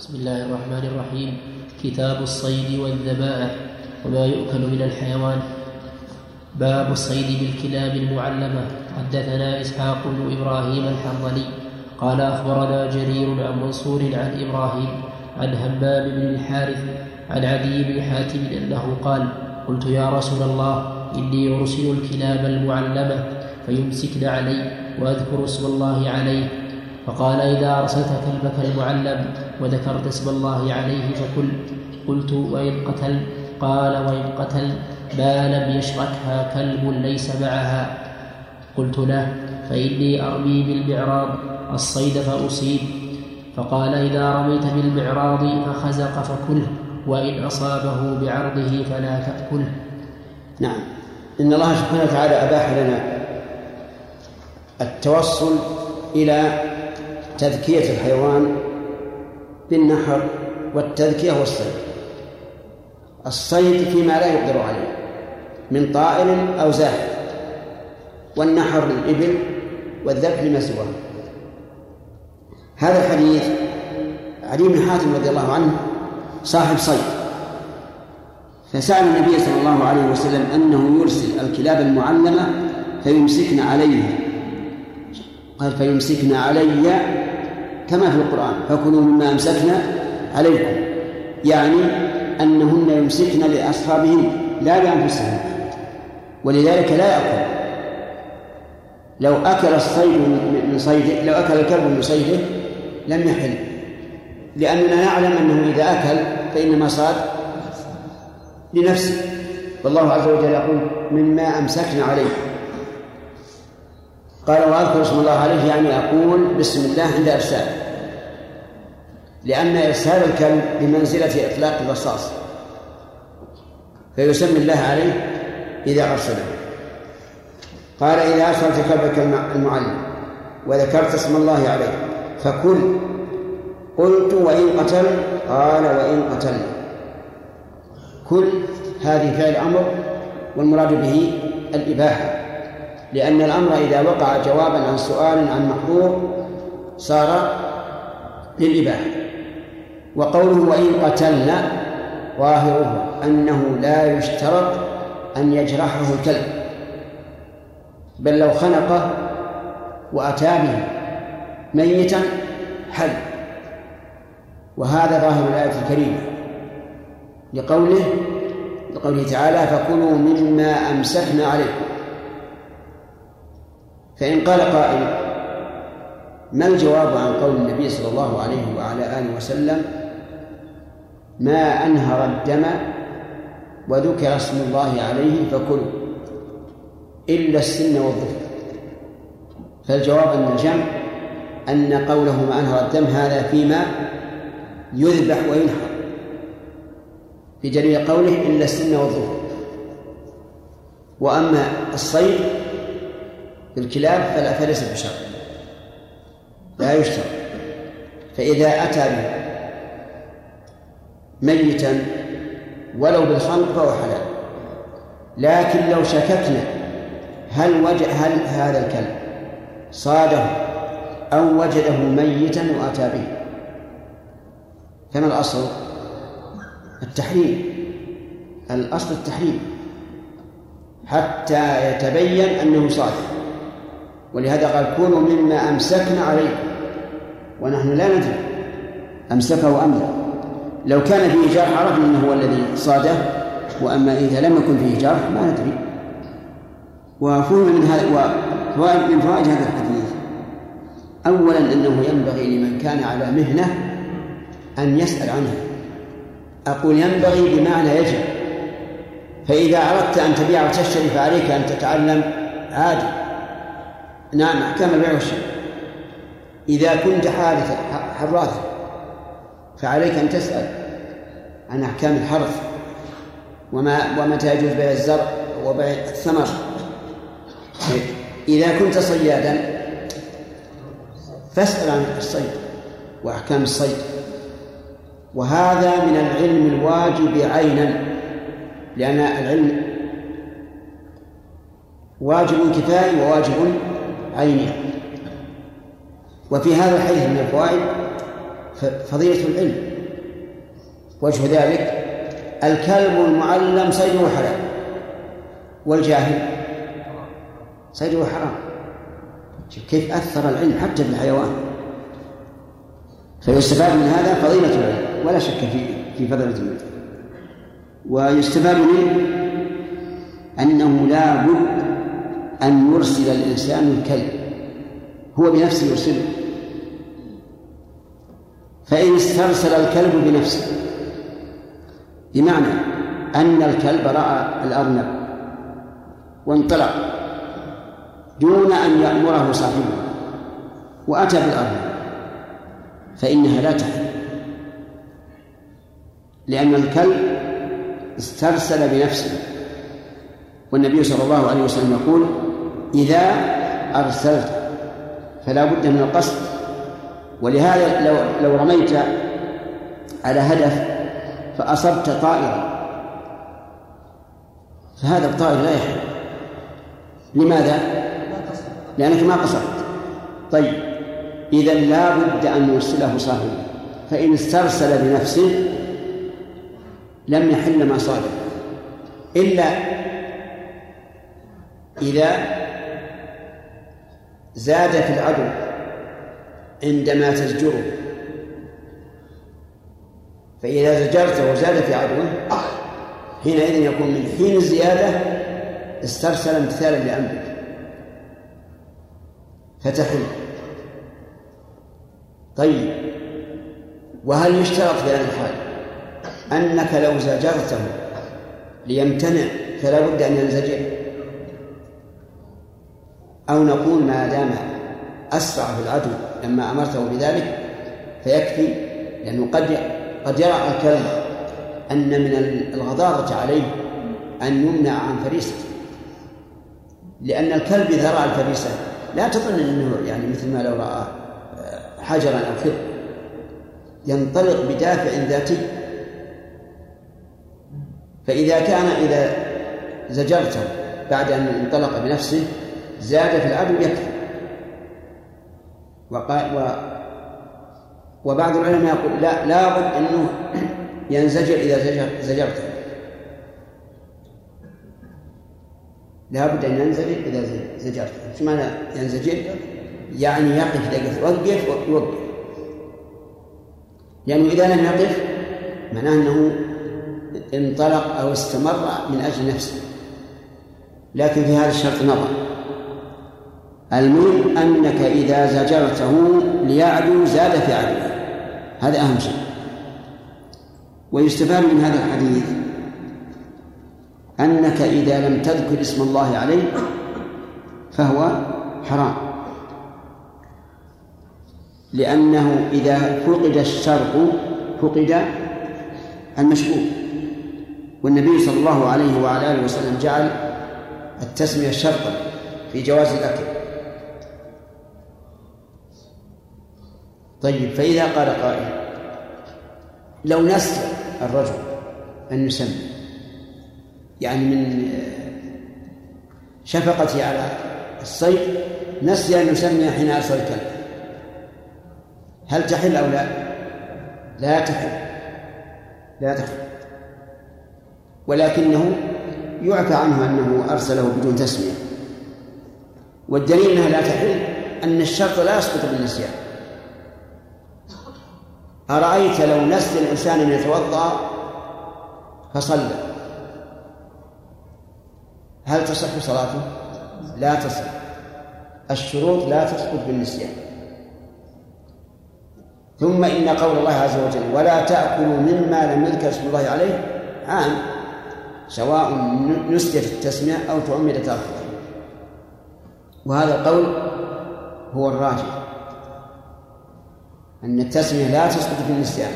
بسم الله الرحمن الرحيم. كتاب الصيد والذبائح وما يؤكل من الحيوان. باب الصيد بالكلاب المعلمة. حدثنا إسحاق بن إبراهيم الحنظلي قال أخبرنا جرير عن منصور عن إبراهيم عن همام بن الحارث عن عدي بن حاتم أنه قال: قلت يا رسول الله إني أرسل الكلاب المعلمة فيمسكن علي وأذكر اسم الله عليه، فقال: إذا أرسلت كلبك المعلم وذكرت اسم الله عليه فكل. قلت: وإن قتل؟ قال: وإن قتل ما لم يشركها كلب ليس معها. قلت له: فإني أرمي بالمعراض الصيد فأصيب. فقال: إذا رميت بالمعراض فخزق فكله، وإن أصابه بعرضه فلا تأكله. نعم. إن الله سبحانه وتعالى أباح لنا التوصل إلى تذكية الحيوان بالنحر والتذكية والصيد. الصيد فيما لا يقدر عليه من طائر أو زاحف، والنحر للإبل والذبح لما سواه. هذا الحديث عدي بن حاتم رضي الله عنه صاحب صيد، فسأل النبي صلى الله عليه وسلم أنه يرسل الكلاب المعلمة فيمسكن عليه، قال: فيمسكن علي كما في القرآن: فكلوا مما أمسكنا عليكم، يعني أنهن يمسكن لأصحابهن لا لأنفسهن، ولذلك لا يأكل. لو أكل الصيد من صيده، لو أكل الكلب من صيده لم يحل، لأننا نعلم أنه إذا أكل فإنما صاد لنفسه، والله عز وجل يقول: مما أمسكنا عليه. قال: وأذكر اسم الله عليه، يعني أقول بسم الله عند إرسال، لأن إرسال الكلب بمنزلة إطلاق الرصاص، فيسمي الله عليه إذا أرسله. قال: إذا أرسلت كلبك المعلم وذكرت اسم الله عليه فكل. قلت: وإن قتل؟ قال: وإن قتل. كل هذه فعل أمر، والمراد به الإباحة، لأن الأمر إذا وقع جوابا عن سؤال عن محظور صار للإباحة. وقوله وإن قتلنا ظاهره أنه لا يشترط أن يجرحه الكلب، بل لو خنقه وأتى به ميتا حل. وهذا ظاهر الآية الكريمة لقوله تعالى: فكلوا مما أمسكنا عليكم. فإن قال قائل: ما الجواب عن قول النبي صلى الله عليه وعلى آله وسلم: ما أنهر الدم وذكر اسم الله عليه فكلوا إلا السن والظفر؟ فالجواب أن الجمع أن قوله ما أنهر الدم هذا فيما يذبح وينحر، بدليل قوله إلا السن والظفر. وأما الصيد بالكلاب فليس بشرط، لا يشترط. فإذا أتى به ميتا ولو بالخنق فهو حلال. لكن لو شككنا هل هذا الكلب صاده أو وجده ميتا وأتى به، فما الأصل؟ التحريم. الأصل التحريم حتى يتبين أنه صادق. ولهذا قال: كونوا مما أمسكنا عليكم، ونحن لا ندري أمسكه أم لا. لو كان فيه جرح عرفنا أنه هو الذي صاده، وأما إذا لم يكن فيه جرح ما ندري. وفهم من هذا من فوائد هذا الحديث: أولا أنه ينبغي لمن كان على مهنة أن يسأل عنها. أقول ينبغي بمعنى يجب. فإذا أردت أن تبيع وتشتري فعليك أن تتعلم عادي، نعم، أحكام البيع والشراء. إذا كنت حراثا فعليك أن تسأل عن أحكام الحرث ومتى يجوز بيع الزرع وبيع الثمر. إذا كنت صيادا فاسأل عن الصيد وأحكام الصيد. وهذا من العلم الواجب عينا، لأن العلم واجب كفائي وواجب عيني. وفي هذا الحديث من الفوائد فضيلة العلم، وجه ذلك الكلب المعلم صيده حلال، والجاهل صيده حرام. كيف أثر العلم حتى في الحيوان. فيستفاد من هذا فضيلة العلم ولا شك في فضيلة العلم. ويستفاد منه أنه لا بد أن يرسل الإنسان الكلب، هو بنفسه يرسله. فإن استرسل الكلب بنفسه بمعنى أن الكلب رأى الأرنب وانطلق دون أن يأمره صاحبه وأتى بالأرنب، فإنها لا تحل، لأن الكلب استرسل بنفسه. والنبي صلى الله عليه وسلم يقول: إذا أرسلت فلا بد من القصد. ولهذا لو رميت على هدف فأصبت طائرا فهذا الطائر لا يحل. لماذا؟ لأنك ما قصدت. طيب، إذا لا بد أن يرسله صاحبه، فإن استرسل بنفسه لم يحل ما صاده، إلا إذا زاد في العدو عندما تزجره. فإذا زجرته وزاد في عدوه حينئذ يكون من حين الزيادة استرسل امتثالا لأمرك فتحل. طيب، وهل يشترط في هذا الحال أنك لو زجرته ليمتنع فلا بد أن ينزجر، أو نقول ما دام أسرع في العدو لما أمرته بذلك فيكفي؟ لأنه قد يرى الكلب أن من الغضاضة عليه أن يمنع عن فريسته، لأن الكلب إذا رأى الفريسة لا تظن أنه يعني مثل ما لو رأى حجرا أو خضر، ينطلق بدافع ذاتي. إذا زجرته بعد أن انطلق بنفسه زاد في العدو يكفي. وبعض العلماء يقول لا بد أنه ينزجر إذا زجرته، لا بد أن ينزجر إذا زجرته. شو معنى ينزجر؟ يعني يقف، يوقف، لأنه إذا لم يقف معناه أنه انطلق أو استمر من أجل نفسه. لكن في هذا الشرط نظر. المهم أنك إذا زجرته ليعدو زاد في عدوه، هذا أهم شيء. ويستفاد من هذا الحديث أنك إذا لم تذكر اسم الله عليه فهو حرام، لأنه إذا فقد الشرط فقد المشروع. والنبي صلى الله عليه وعلى آله وسلم جعل التسمية شرطا في جواز الأكل. طيب، فإذا قال قائل لو نسي الرجل أن يسمي، يعني من شفقته على الصيد نسي أن يسمي حين أرسل الكلب، هل تحل أو لا؟ لا تحل، ولكنه يعفى عنه أنه أرسله بدون تسمية. والدليل أنها لا تحل أن الشرط لا يسقط بالنسيان. أرأيت لو نسي الإنسان أن يتوضأ فصلى، هل تصح صلاته؟ لا تصح. الشروط لا تسقط بالنسيان. ثم إن قول الله عز وجل ولا تأكلوا مما لم يذكر اسم الله عليه عام، سواء نسيت التسمية أو تعمد تأخيرها. وهذا القول هو الراجح، أن التسمية لا تسقط بالنسيان،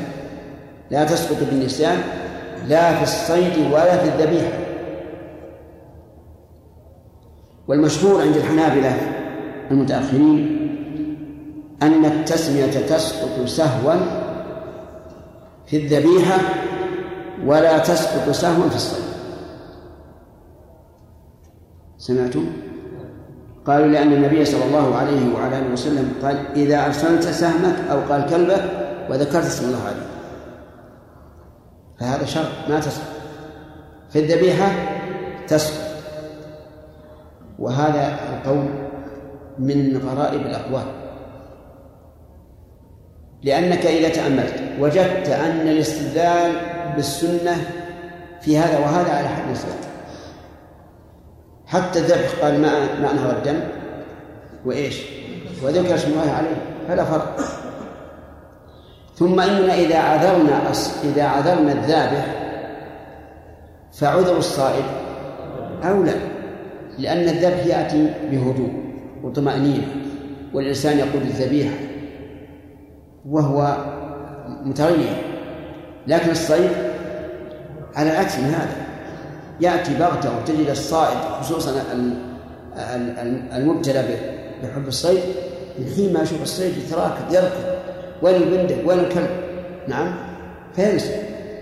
لا في الصيد ولا في الذبيحة. والمشهور عند الحنابلة المتأخرين أن التسمية تسقط سهوا في الذبيحة ولا تسقط سهوا في الصيد. سمعتم؟ قالوا لأن النبي صلى الله عليه وعلى آله وسلم قال إذا أرسلت سهمك أو قال كلبك وذكرت اسم الله عليه. فهذا شرط ما تسقط. في الذبيحة تسقط. وهذا القول من غرائب الأقوال، لأنك إذا تأملت وجدت أن الاستدلال بالسنة في هذا وهذا على حد سواء. حتى الذبح قال ما أنهر الدم وإيش وذكر اسم الله عليه، فلا فرق. ثم إننا إذا عذرنا الذابح فعذر الصائد أولى، لأن الذبح يأتي بهدوء وطمأنينة، والإنسان يقود الذبيحة وهو متريح. لكن الصيد على العكس من هذا، يأتي بغتة وتجد الصائد خصوصا المبتلى بحب الصيد من حين ما يشوف الصيد يتراكض يركض، وين البندق وين الكلب، نعم، فينسى.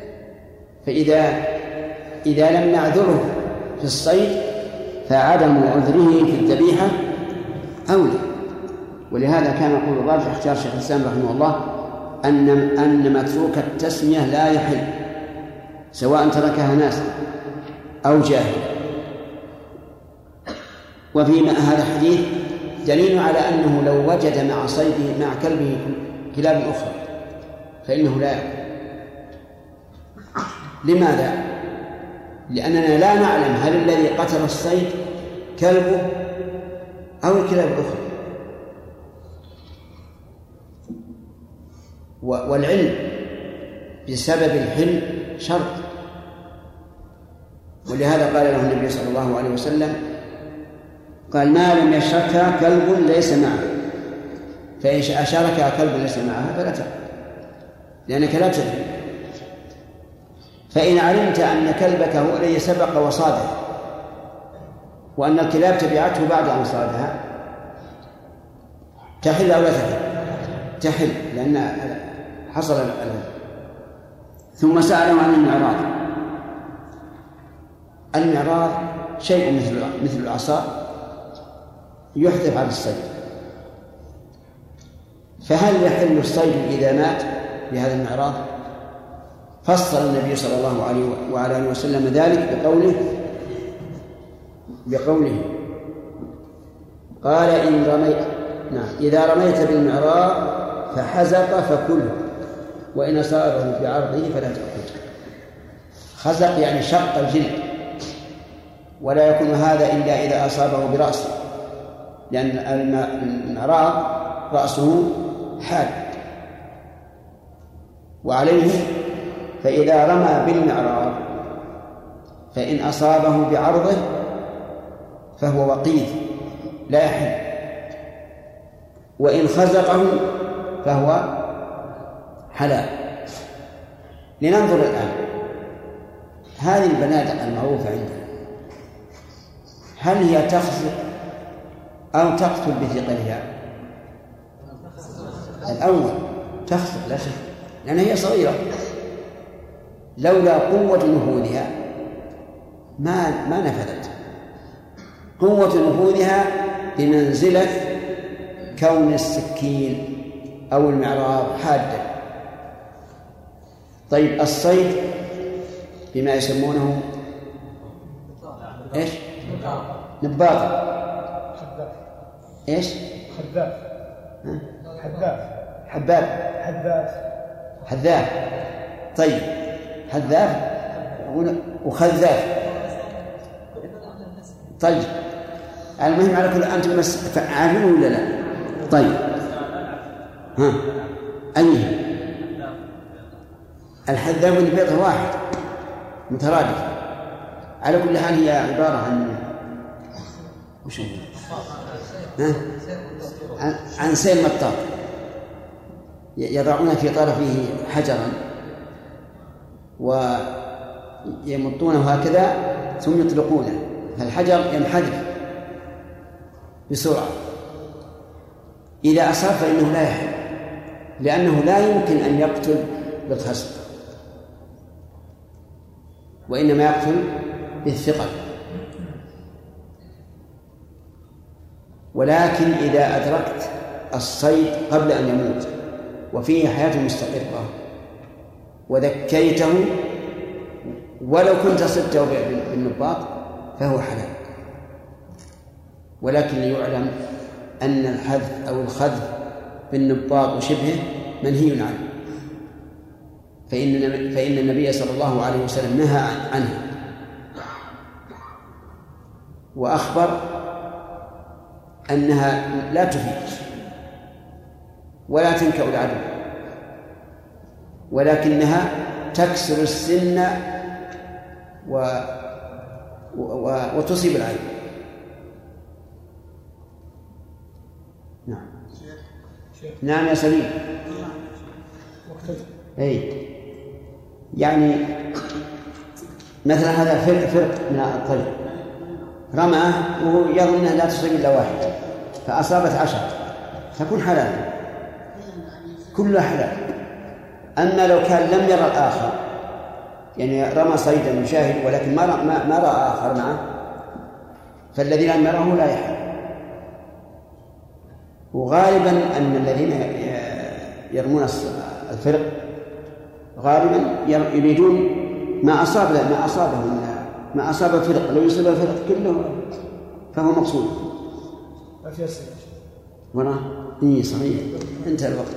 فإذا لم نعذره في الصيد فعدم عذره في الذبيحة أولى. ولهذا كان يقول الراجح اختيار شيخ الإسلام رحمه الله أن متروك التسمية لا يحل، سواء تركها ناس أو جاهل. وفي هذا الحديث دليل على أنه لو وجد مع صيده مع كلبه كلاب أخرى فإنه لا يأكل. لماذا؟ لأننا لا نعلم هل الذي قتل الصيد كلبه أو الكلاب الأخرى، والعلم بسبب الحل شرط. ولهذا قال له النبي صلى الله عليه وسلم قال ما لم يشركها كلب ليس معه، فإن أشاركها كلب ليس معها فلا تأكل لأنك لا تدري. فإن علمت أن كلبك هو الذي سبق وصاده وأن الكلاب تبعته بعد أن صادها تحل أو لا تحل؟ تحل، لأن حصل الأذى. ثم سألوا عن المعراض. المعراض شيء مثل العصا يحذف على الصيد، فهل يحل الصيد إذا مات بهذا المعراض؟ فصل النبي صلى الله عليه وعلى آله وسلم ذلك بقوله قال إذا رميت بالمعراض فحزق فكله وإن أصابه بعرضه فلا تأكله. خزق يعني شق الجلد، ولا يكون هذا إلا إذا أصابه برأسه، لأن المعراض رأسه حاد. وعليه فإذا رمى بالمعراض فإن أصابه بعرضه فهو وقيد لا يحل، وإن خزقه فهو حلال. لننظر الآن هذه البنادق المعروفة عندنا هل هي تخزق أو تقتل بثقلها؟ الأول تخزق لا شك، لأنها هي صغيرة، لولا قوة نفوذها ما نفذت. قوة نفوذها بمنزلة كون السكين أو المعراض حادة. طيب الصيد بما يسمونه إيش؟ نباطة. إيش؟ حذاف. طيب حذاف وخذاف. طيب المهم على كل أنتم عارفين ولا لا؟ طيب أيها الحذاف والنبيط واحد مترادف. على كل حال هي عبارة عن وش هو؟ عن سيل مطاط يضعون في طرفه حجرا ويمطونه هكذا ثم يطلقونه، فالحجر ينحدر بسرعة. إذا أصاب فإنه لا يحل، لأنه لا يمكن أن يقتل بالخصب، وإنما يقتل بالثقل. ولكن إذا أدركت الصيد قبل أن يموت وفيه حياة مستقرة وذكيته ولو كنت صدته بالنباط فهو حلال، ولكن ليعلم أن الحذف أو الخذف بالنباط وشبهه منهي عنه، فإن النبي صلى الله عليه وسلم نهى عنه وأخبر أنها لا تفيد ولا تنكأ العدو، ولكنها تكسر السن وتصيب العين. نعم. نعم يا سليم. أي يعني مثلا هذا فرق من الطير رماه وهو يظن أنها لا تصيب إلا واحد فأصابت 10 تكون حلال، كلها حلال. أما لو كان لم يرى الآخر، يعني رمى صيدا يشاهد ولكن ما رأى آخر معه، فالذي لم يره لا يحل. وغالبا أن الذين يرمون الفرق غالبا يريدون ما أصاب فرق، لو يصيب الفرق كله فهو مقصود. وراه صحيح. انتهى الوقت.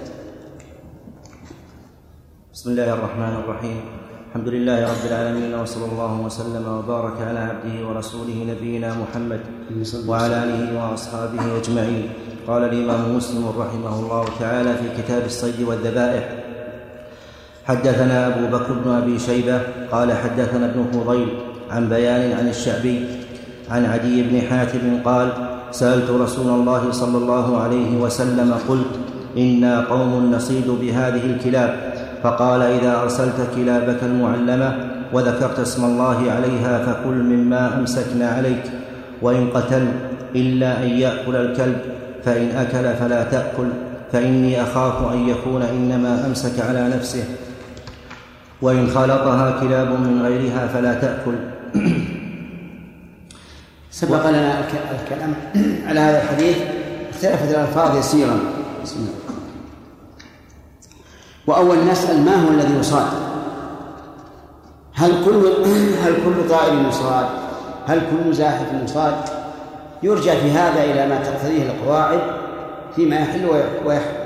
بسم الله الرحمن الرحيم. الحمد لله رب العالمين، وصلى الله وسلم وبارك على عبده ورسوله نبينا محمد وعلى آله وأصحابه أجمعين. قال الإمام مسلم رحمه الله تعالى في كتاب الصيد والذبائح: حدثنا أبو بكر بن أبي شيبة قال حدثنا ابن فضيل عن بيان عن الشعبي عن عدي بن حاتم قال: سألت رسول الله صلى الله عليه وسلم قلت: إنا قوم نصيد بهذه الكلاب، فقال: إذا أرسلت كلابك المعلمة وذكرت اسم الله عليها فكل مما أمسكنا عليك، وإن قتل إلا أن يأكل الكلب، فإن أكل فلا تأكل، فإني أخاف أن يكون إنما أمسك على نفسه، وإن خالطها كلاب من غيرها فلا تأكل. سبق لنا الكلام على هذا الحديث، اختلفت الألفاظ يسيرا. بسم الله. وأول نسأل: ما هو الذي يصاد؟ هل كل طائر يصاد؟ هل كل زاحف يصاد؟ يرجع في هذا إلى ما تقتضيه القواعد فيما يحل ويحرم.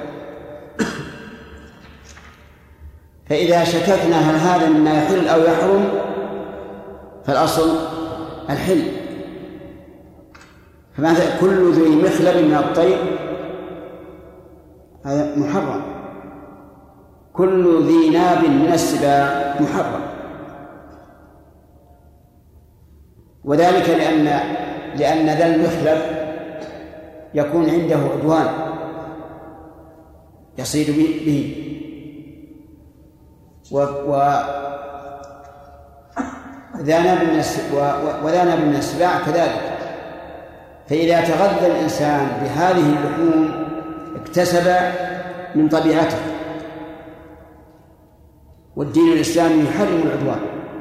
فإذا شككنا هل هذا مما يحل أو يحرم فالأصل الحل. فماذا كل ذي مخلب من الطير هذا محرم، كل ذي ناب من السباع محرم، وذلك لأن ذا المخلب يكون عنده عدوان يصيد به، وذا ناب من السباع كذلك. فإذا تغذى الإنسان بهذه اللحوم اكتسب من طبيعته، والدين الإسلامي يحرم العدوان.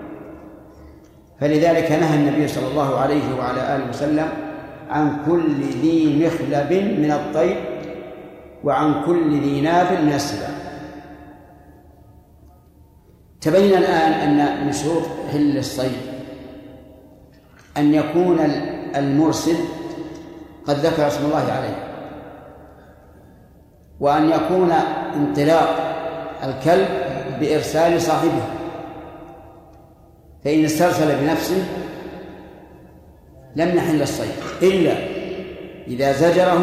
فلذلك نهى النبي صلى الله عليه وعلى آله وسلم عن كل ذي مخلب من الطير وعن كل ذي ناب من السباع. تبين الآن أن من شروط حل الصيد أن يكون المرسل قد ذكر اسم الله عليه، وأن يكون انطلاق الكلب بإرسال صاحبه، فإن استرسل بنفسه لم يحل الصيد إلا إذا زجره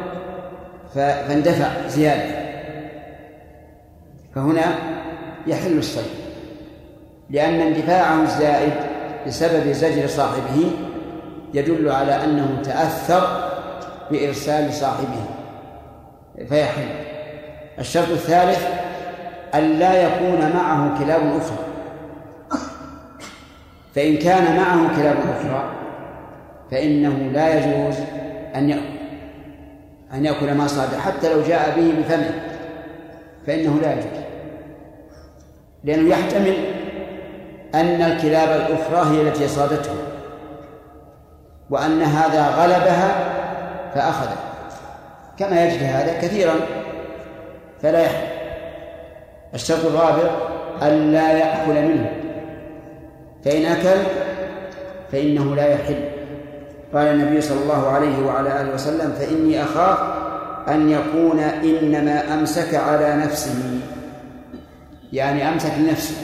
فاندفع زيادة، فهنا يحل الصيد، لأن اندفاعه الزائد بسبب زجر صاحبه يدل على أنه تأثر بإرسال صاحبه فيحل. الشرط الثالث أن لا يكون معه كلاب أخرى، فإن كان معه كلاب أخرى فإنه لا يجوز أن يأكل ما صاد، حتى لو جاء به بفمه فإنه لا يجوز، لأنه يحتمل أن الكلاب الأخرى هي التي صادته وأن هذا غلبها فأخذه، كما يجري هذا كثيرا، فلا يحل. الشرط الرابع أن لا يأكل منه، فإن أكل فإنه لا يحل. قال النبي صلى الله عليه وعلى آله وسلم: فإني أخاف أن يكون إنما أمسك على نفسه، يعني أمسك لنفسه.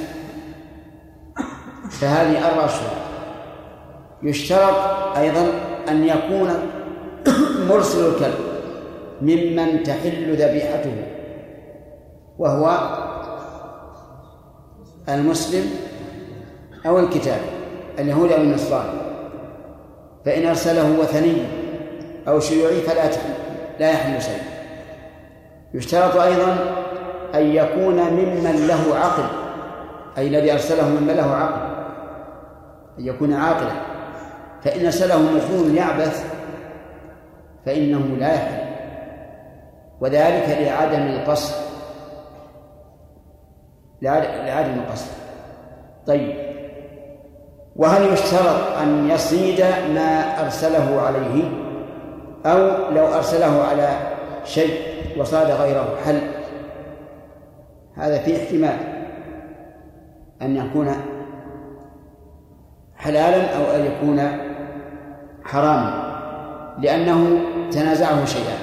فهذه 4 شروط. يشترط أيضا أن يكون مرسل الكلب ممن تحل ذبيحته، وهو المسلم أو الكتاب، اليهود أو النصارى. فإن أرسله وثني أو شيوعي لا يحل شيء. يشترط أيضا أن يكون ممن له عقل، أي الذي أرسله ممن له عقل، أن يكون عاقلا. فإن أرسله مجنون يعبث فإنه لا يحل، وذلك لعدم القصد. لعدم القصد. طيب، وهل يشترط أن يصيد ما أرسله عليه، أو لو أرسله على شيء وصاد غيره حل؟ هذا فيه احتمال أن يكون حلالا أو أن يكون حراما، لأنه تنازعه شيئان.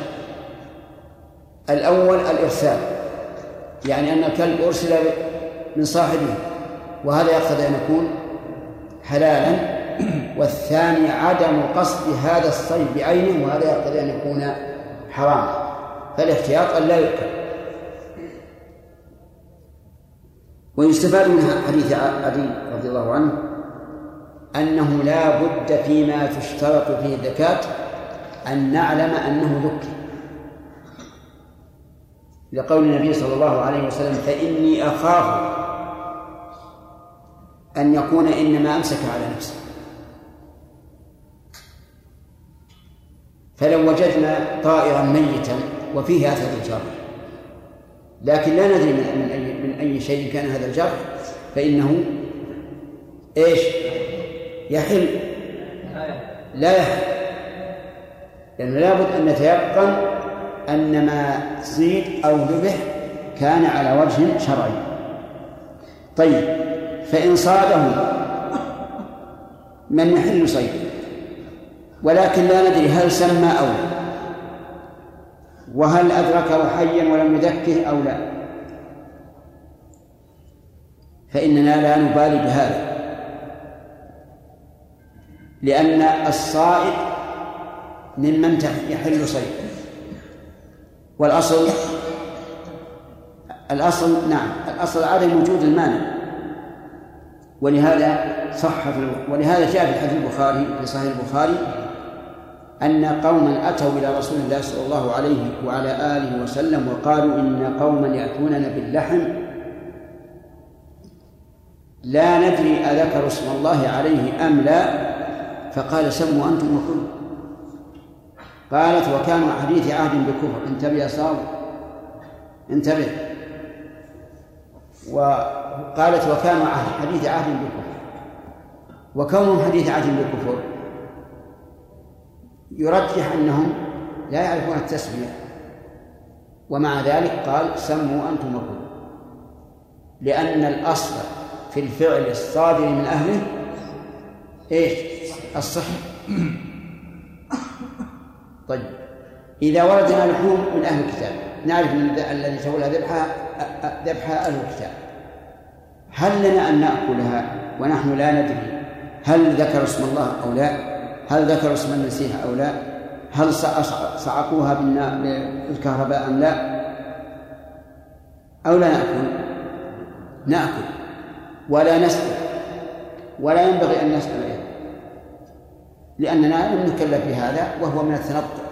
الأول الإرسال، يعني أن الكلب أرسل من صاحبه، وهذا يقتضي أن يكون حلالا. والثاني عدم قصد هذا الصيد بعينه، وهذا يقتضي أن يكون حراما. فالاحتياط أن لا يؤكل. ويستفاد من حديث علي رضي الله عنه أنه لا بد فيما تشترط فيه الزكاة أن نعلم أنه ذكي، لقول النبي صلى الله عليه وسلم: فإني أخاف أن يكون إنما أمسك على نفسه. فلو وجدنا طائرا ميتا وفيه أثر الجرح، لكن لا ندري من أي شيء كان هذا الجرح، فإنه إيش؟ يحل؟ لا يحل، لأنه لابد أن نتيقن أن ما صيد أو ذبح كان على وجه شرعي. طيب، فإن صاده من يحل صيده ولكن لا ندري هل سمى أو لا، وهل أدركه حيا ولم يذكه أو لا، فإننا لا نبالي بهذا، لأن الصائد ممن يحل صيده. والأصل نعم، الأصل عدم وجود المانع، ولهذا جاء في حديث البخاري في صحيح البخاري أن قوما أتوا إلى رسول الله صلى الله عليه وعلى آله وسلم وقالوا: إن قوما يأتوننا باللحم لا ندري أذكر اسم الله عليه أم لا، فقال: سموا أنتم وكلوا. قالت: وكانوا حديث عهد بكفر. انتبه يا صاحب، انتبه. وقالت: وكانوا حديث عهد بكفر. وكونهم حديث عهد بكفر يرجح أنهم لا يعرفون التسمية، ومع ذلك قال: سموا أنتم وكلوا، لأن الأصل في الفعل الصادر من أهله إيش؟ الصحة. طيب، إذا وردنا لحوم من أهل الكتاب نعرف أن الذي تولى ذبحها أهل الكتاب، هل لنا أن نأكلها ونحن لا ندري هل ذكر اسم الله أو لا، هل ذكر اسم المسيح أو لا، هل صعقوها بالكهرباء أم لا، أو لا نأكل ولا نسأل، ولا ينبغي أن نسأل أيضا، لأننا لم نكلف بهذا وهو من التنطع.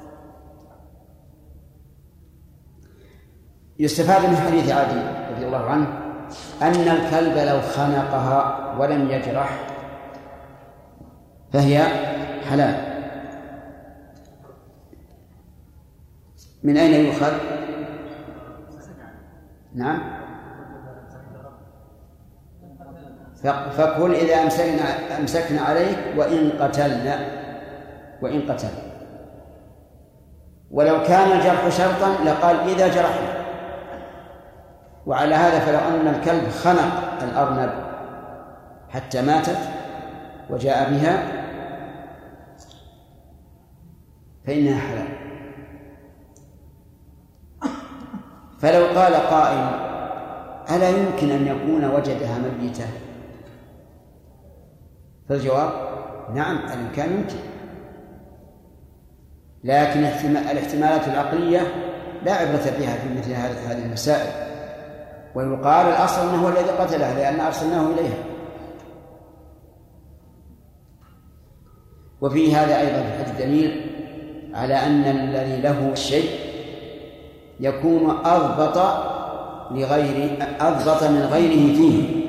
يستفاد من حديث عدي رضي الله عنه أن الكلب لو خنقها ولم يجرح فهي حلال. من أين يؤخذ؟ نعم، فقل إذا أمسكنا عليك وإن قتلنا. ولو كان الجرح شرطا لقال إذا جرحنا. وعلى هذا فلو أن الكلب خنق الأرنب حتى ماتت وجاء بها فإنها حلال. فلو قال قائل: ألا يمكن أن يكون وجدها ميتة؟ فالجواب: نعم، الإمكان يمكن، لكن الاحتمالات العقلية لا عبرة بها في مثل هذه المسائل، ويقال الأصل أنه هو الذي قتلها لأن أرسلناه إليها. وفي هذا أيضا دليل على أن الذي له الشيء يكون أضبط من غيره فيه.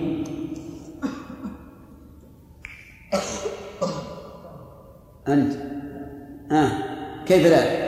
أنت كيف ذلك؟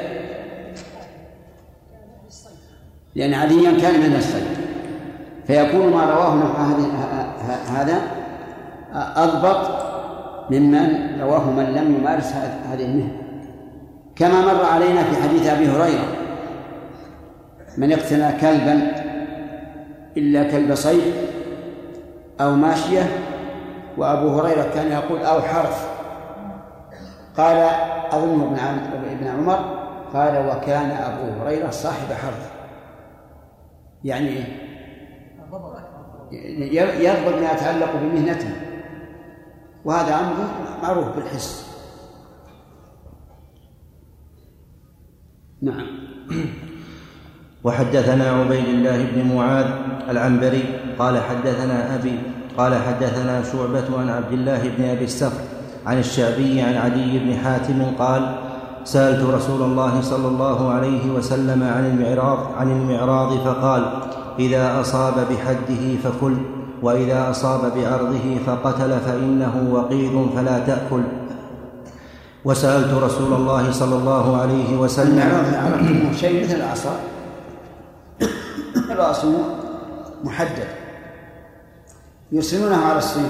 لأن عاديا كان من الصيد، فيكون ما رواه هذا أضبط ممن رواه من لم يمارس هذه المهنة، كما مر علينا في حديث أبي هريرة: من اقتنى كلبا إلا كلب صيد أو ماشية. وأبو هريرة كان يقول: أو حرث. قال أظنه ابن عمر قال: وكان أبو هريرة صاحب حرث، يعني يضبط ما يتعلق بمهنته، وهذا أمر معروف بالحس. نعم. وحدثنا عبيد الله بن معاذ العنبري قال حدثنا أبي قال حدثنا شعبة عن عبد الله بن أبي السفر عن الشعبي عن عدي بن حاتم قال: سألت رسول الله صلى الله عليه وسلم عن المعراض فقال: إذا أصاب بحده فكل، وإذا أصاب بعرضه فقتل فإنه وقيد فلا تأكل. وسألت رسول الله صلى الله عليه وسلم المعراض شيء مثل العصا، رأسه محدد يرسلونه على الصيد.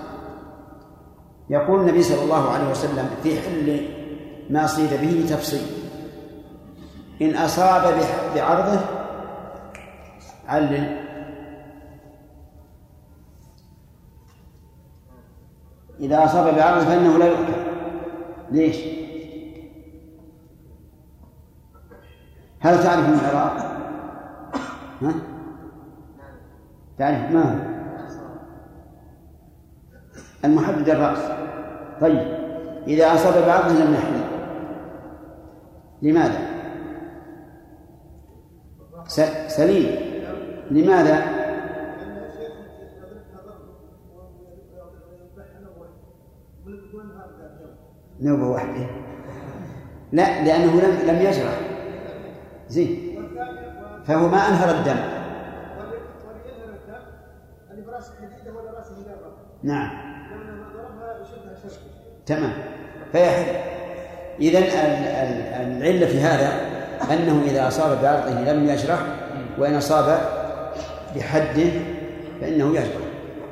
يقول النبي صلى الله عليه وسلم في حل ما صيد به تفصيل: إن أصاب بعرضه علل، إذا أصاب بعرضه فإنه لا يؤكل. ليش؟ هل تعرف المعراض؟ تعرف ما هو؟ المحدد الرأس. طيب، إذا أصاب بعرضه لم يحمل. لماذا؟ سليم. لماذا؟ نوبة واحدة. لا، لأنه لم يجرح زين، فهو ما أنهر الدم. نعم، تمام، فيحل. إذن العلة في هذا أنه إذا أصاب بعرضه لم يجرح، وإن أصاب بحده فإنه يجرح.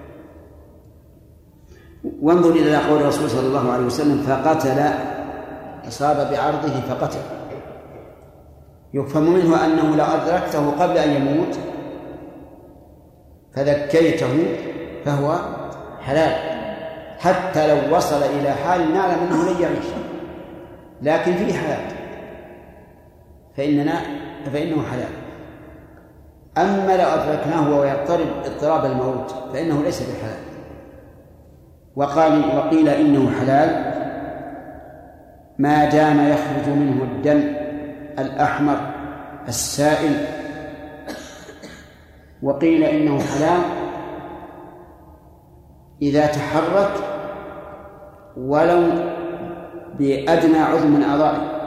وانظر إلى قول الرسول صلى الله عليه وسلم: فقتل، أصاب بعرضه فقتل. يفهم منه أنه لو أدركته قبل أن يموت فذكيته فهو حلال، حتى لو وصل إلى حال نعلم أنه لن يعيش، لكن فيه حياة فإنه حلال. أما لو أدركناه وهو يضطرب اضطراب الموت فإنه ليس بحلال. وقيل إنه حلال ما دام يخرج منه الدم الأحمر السائل، وقيل إنه حلال إذا تحرك ولو بأدنى عضو من أعضائه.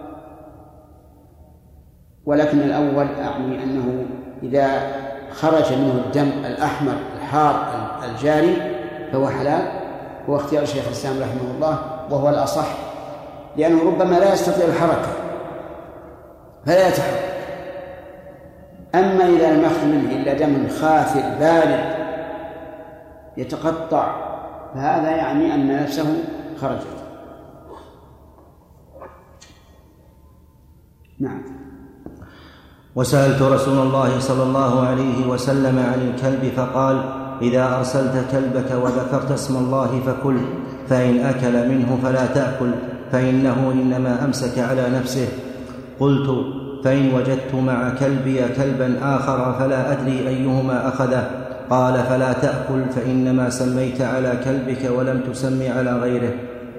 ولكن الأول أعني أنه إذا خرج منه الدم الأحمر الحار الجاري فهو حلال، هو اختيار شيخ الإسلام رحمه الله، وهو الأصح، لأنه ربما لا يستطيع الحركة فلا يتحرك. أما إذا لم يخرج منه إلا دم خاثر بارد يتقطع فهذا يعني أن نفسه خرجت. نعم. وسألت رسول الله صلى الله عليه وسلم عن الكلب فقال: إذا أرسلت كلبك وذكرت اسم الله فكل، فإن أكل منه فلا تأكل، فإنه إنما أمسك على نفسه. قلت: فإن وجدت مع كلبي كلبا آخر فلا أدري أيهما أخذه؟ قال: فلا تأكل، فإنما سميت على كلبك ولم تسمي على غيره.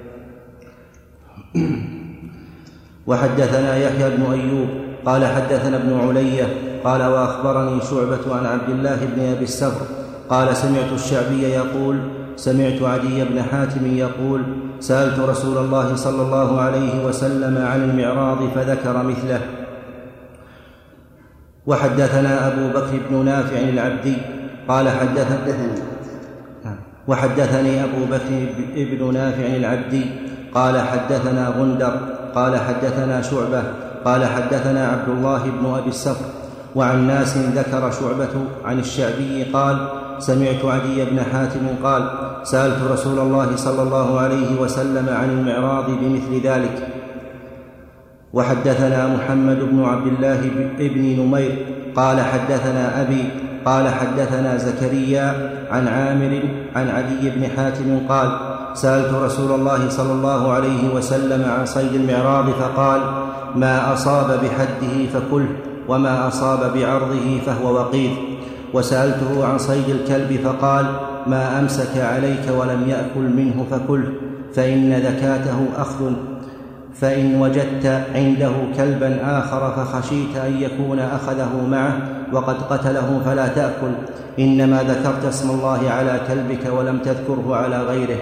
وحدثنا يحيى بن أيوب قال حدثنا ابن علية قال: وأخبرني شعبة عن عبد الله بن أبي السفر قال: سمعت الشعبي يقول: سمعت عدي بن حاتم يقول: سألت رسول الله صلى الله عليه وسلم عن المعراض فذكر مثله. وحدثنا أبو بكر بن نافع العبدي قال وحدثني أبو بكر بن نافع العبدي قال حدثنا غندر قال حدثنا شعبة قال حدثنا عبد الله بن أبي السفر. وعن ناس ذكر شعبة عن الشعبي قال: سمعت عدي بن حاتم قال: سألت رسول الله صلى الله عليه وسلم عن المعراض بمثل ذلك. وحدثنا محمد بن عبد الله بن نمير قال حدثنا أبي قال حدثنا زكريا عن عامر عن عدي بن حاتم قال: سألت رسول الله صلى الله عليه وسلم عن صيد المعراض فقال: ما أصاب بحده فكله، وما أصاب بعرضه فهو وقيف. وسألته عن صيد الكلب فقال: ما أمسك عليك ولم يأكل منه فكله، فإن ذكاته أخذ. فإن وجدت عنده كلبا آخر فخشيت أن يكون أخذه معه وقد قتله فلا تأكل، إنما ذكرت اسم الله على كلبك ولم تذكره على غيره.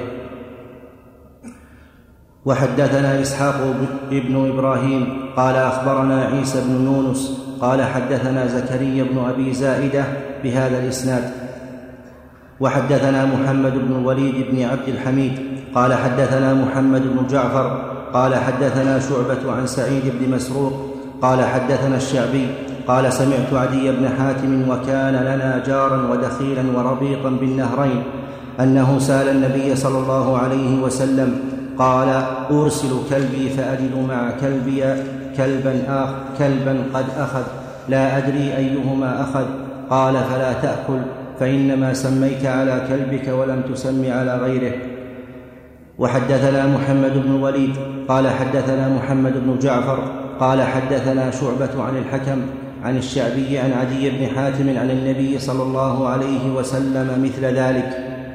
وحدثنا إسحاق بن إبراهيم قال أخبرنا عيسى بن يونس قال حدثنا زكريا بن أبي زائدة بهذا الإسناد. وحدثنا محمد بن الوليد بن عبد الحميد قال حدثنا محمد بن جعفر قال حدثنا شعبة عن سعيد بن مسروق قال حدثنا الشعبي قال: سمعت عدي بن حاتم وكان لنا جارا ودخيلا وربيقا بالنهرين أنه سأل النبي صلى الله عليه وسلم قال: أرسل كلبي فأجد مع كلبي كلبا قد أخذ، لا أدري أيهما أخذ. قال: فلا تأكل، فإنما سميت على كلبك ولم تسم على غيره. وحدثنا محمد بن الوليد قال حدثنا محمد بن جعفر قال حدثنا شعبة عن الحكم عن الشعبي عن عدي بن حاتم عن النبي صلى الله عليه وسلم مثل ذلك.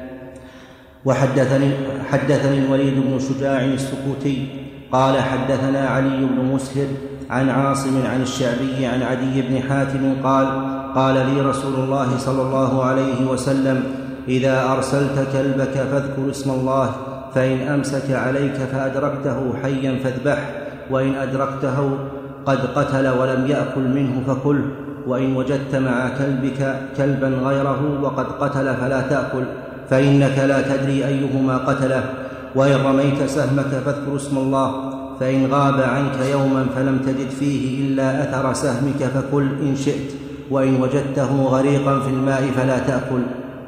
وحدثني الوليد بن شجاع السكوتي قال حدثنا علي بن مسهر عن عاصم عن الشعبي عن عدي بن حاتم قال لي رسول الله صلى الله عليه وسلم: إذا أرسلت كلبك فاذكر اسم الله، فإن أمسك عليك فأدركته حيا فاذبحه، وإن أدركته قد قتل ولم يأكل منه فكله، وإن وجدت مع كلبك كلبا غيره وقد قتل فلا تأكل، فإنك لا تدري أيهما قتله. وإن رميت سهمك فاذكر اسم الله، فإن غاب عنك يوما فلم تجد فيه إلا أثر سهمك فكل إن شئت، وإن وجدته غريقا في الماء فلا تأكل.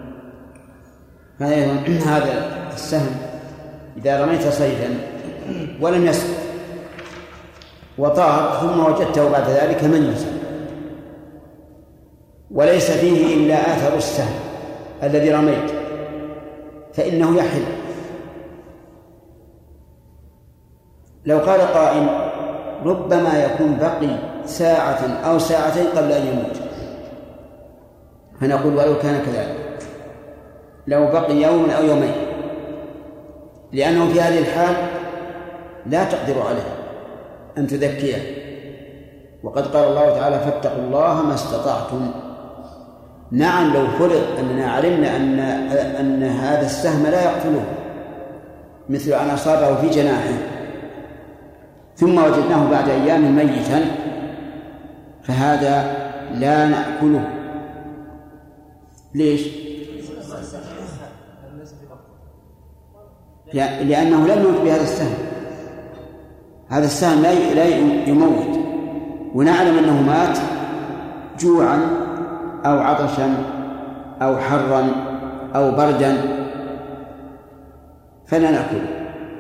هذا السهم إذا رميت صيدا ولم يسقط وطار ثم وجدته بعد ذلك ميتا وليس فيه إلا آثر السهم الذي رميت، فإنه يحل. لو قال قائل: ربما يكون بقي ساعة أو ساعتين قبل أن يموت، فنقول: ولو كان كذلك، لو بقي يوم أو يومين، لأنه في هذه الحال لا تقدر عليه أن تذكيه، وقد قال الله تعالى: فاتقوا الله ما استطعتم. نعم، لو فرض أننا علمنا أن هذا السهم لا يقتله، مثل أن أصابه في جناحه ثم وجدناه بعد أيام ميتا، فهذا لا نأكله. ليش؟ لأنه لم يموت بهذا السهم. هذا السهم لا يموت، ونعلم أنه مات جوعا أو عطشا أو حرا أو بردا، فلا نأكله.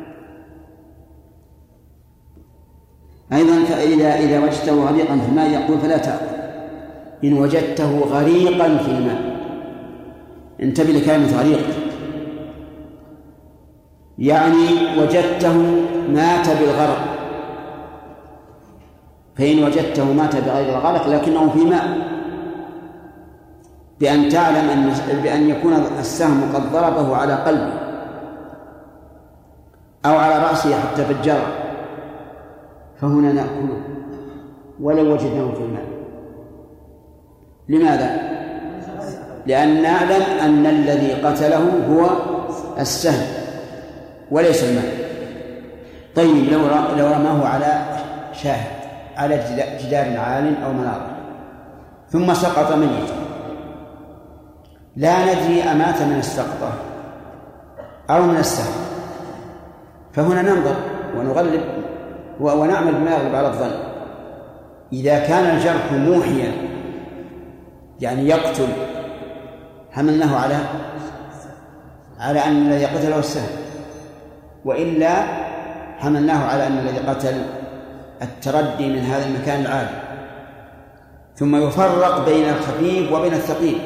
أيضا إذا وجدته غريقا في الماء يقول: فلا تأكل إن وجدته غريقا في الماء، انتبه لكلمة غريق، يعني وجدته مات بالغرق، فإن وجدته مات بغير الغرق لكنه في ماء، بأن تعلم بأن يكون السهم قد ضربه على قلبه أو على رأسه حتى فجره، فهنا نأكله ولو وجدناه في الماء. لماذا؟ لأن نعلم أن الذي قتله هو السهم وليس الماء. طيب لو رماه على شاهد على جدار عال أو منارة ثم سقط ميتا، لا ندري أمات من السقطة أو من السهم، فهنا ننظر ونغلب ونعمل بما يغلب على الظن. إذا كان الجرح موحيا يعني يقتل حملناه على أن الذي قتله السهم، وإلا حملناه على أن الذي قتل التردي من هذا المكان العالي. ثم يفرق بين الخفيف وبين الثقيل.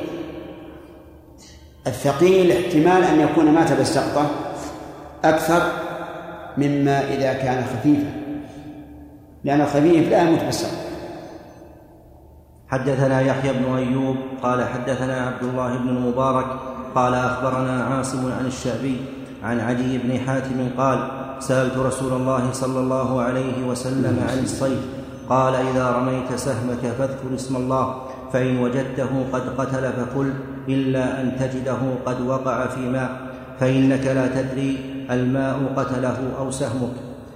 الثقيل احتمال أن يكون مات بالسقطة أكثر مما إذا كان خفيفا، لأن الخفيف لا يموت بالسقطة. حدثنا يحيى بن أيوب قال حدثنا عبد الله بن المبارك قال أخبرنا عاصم عن الشعبي عن عدي بن حاتم قال سألت رسول الله صلى الله عليه وسلم عن الصيد، قال إذا رميت سهمك فاذكر اسم الله، فإن وجدته قد قتل فكل، إلا أن تجده قد وقع في ماء، فإنك لا تدري الماء قتله أو سهمك.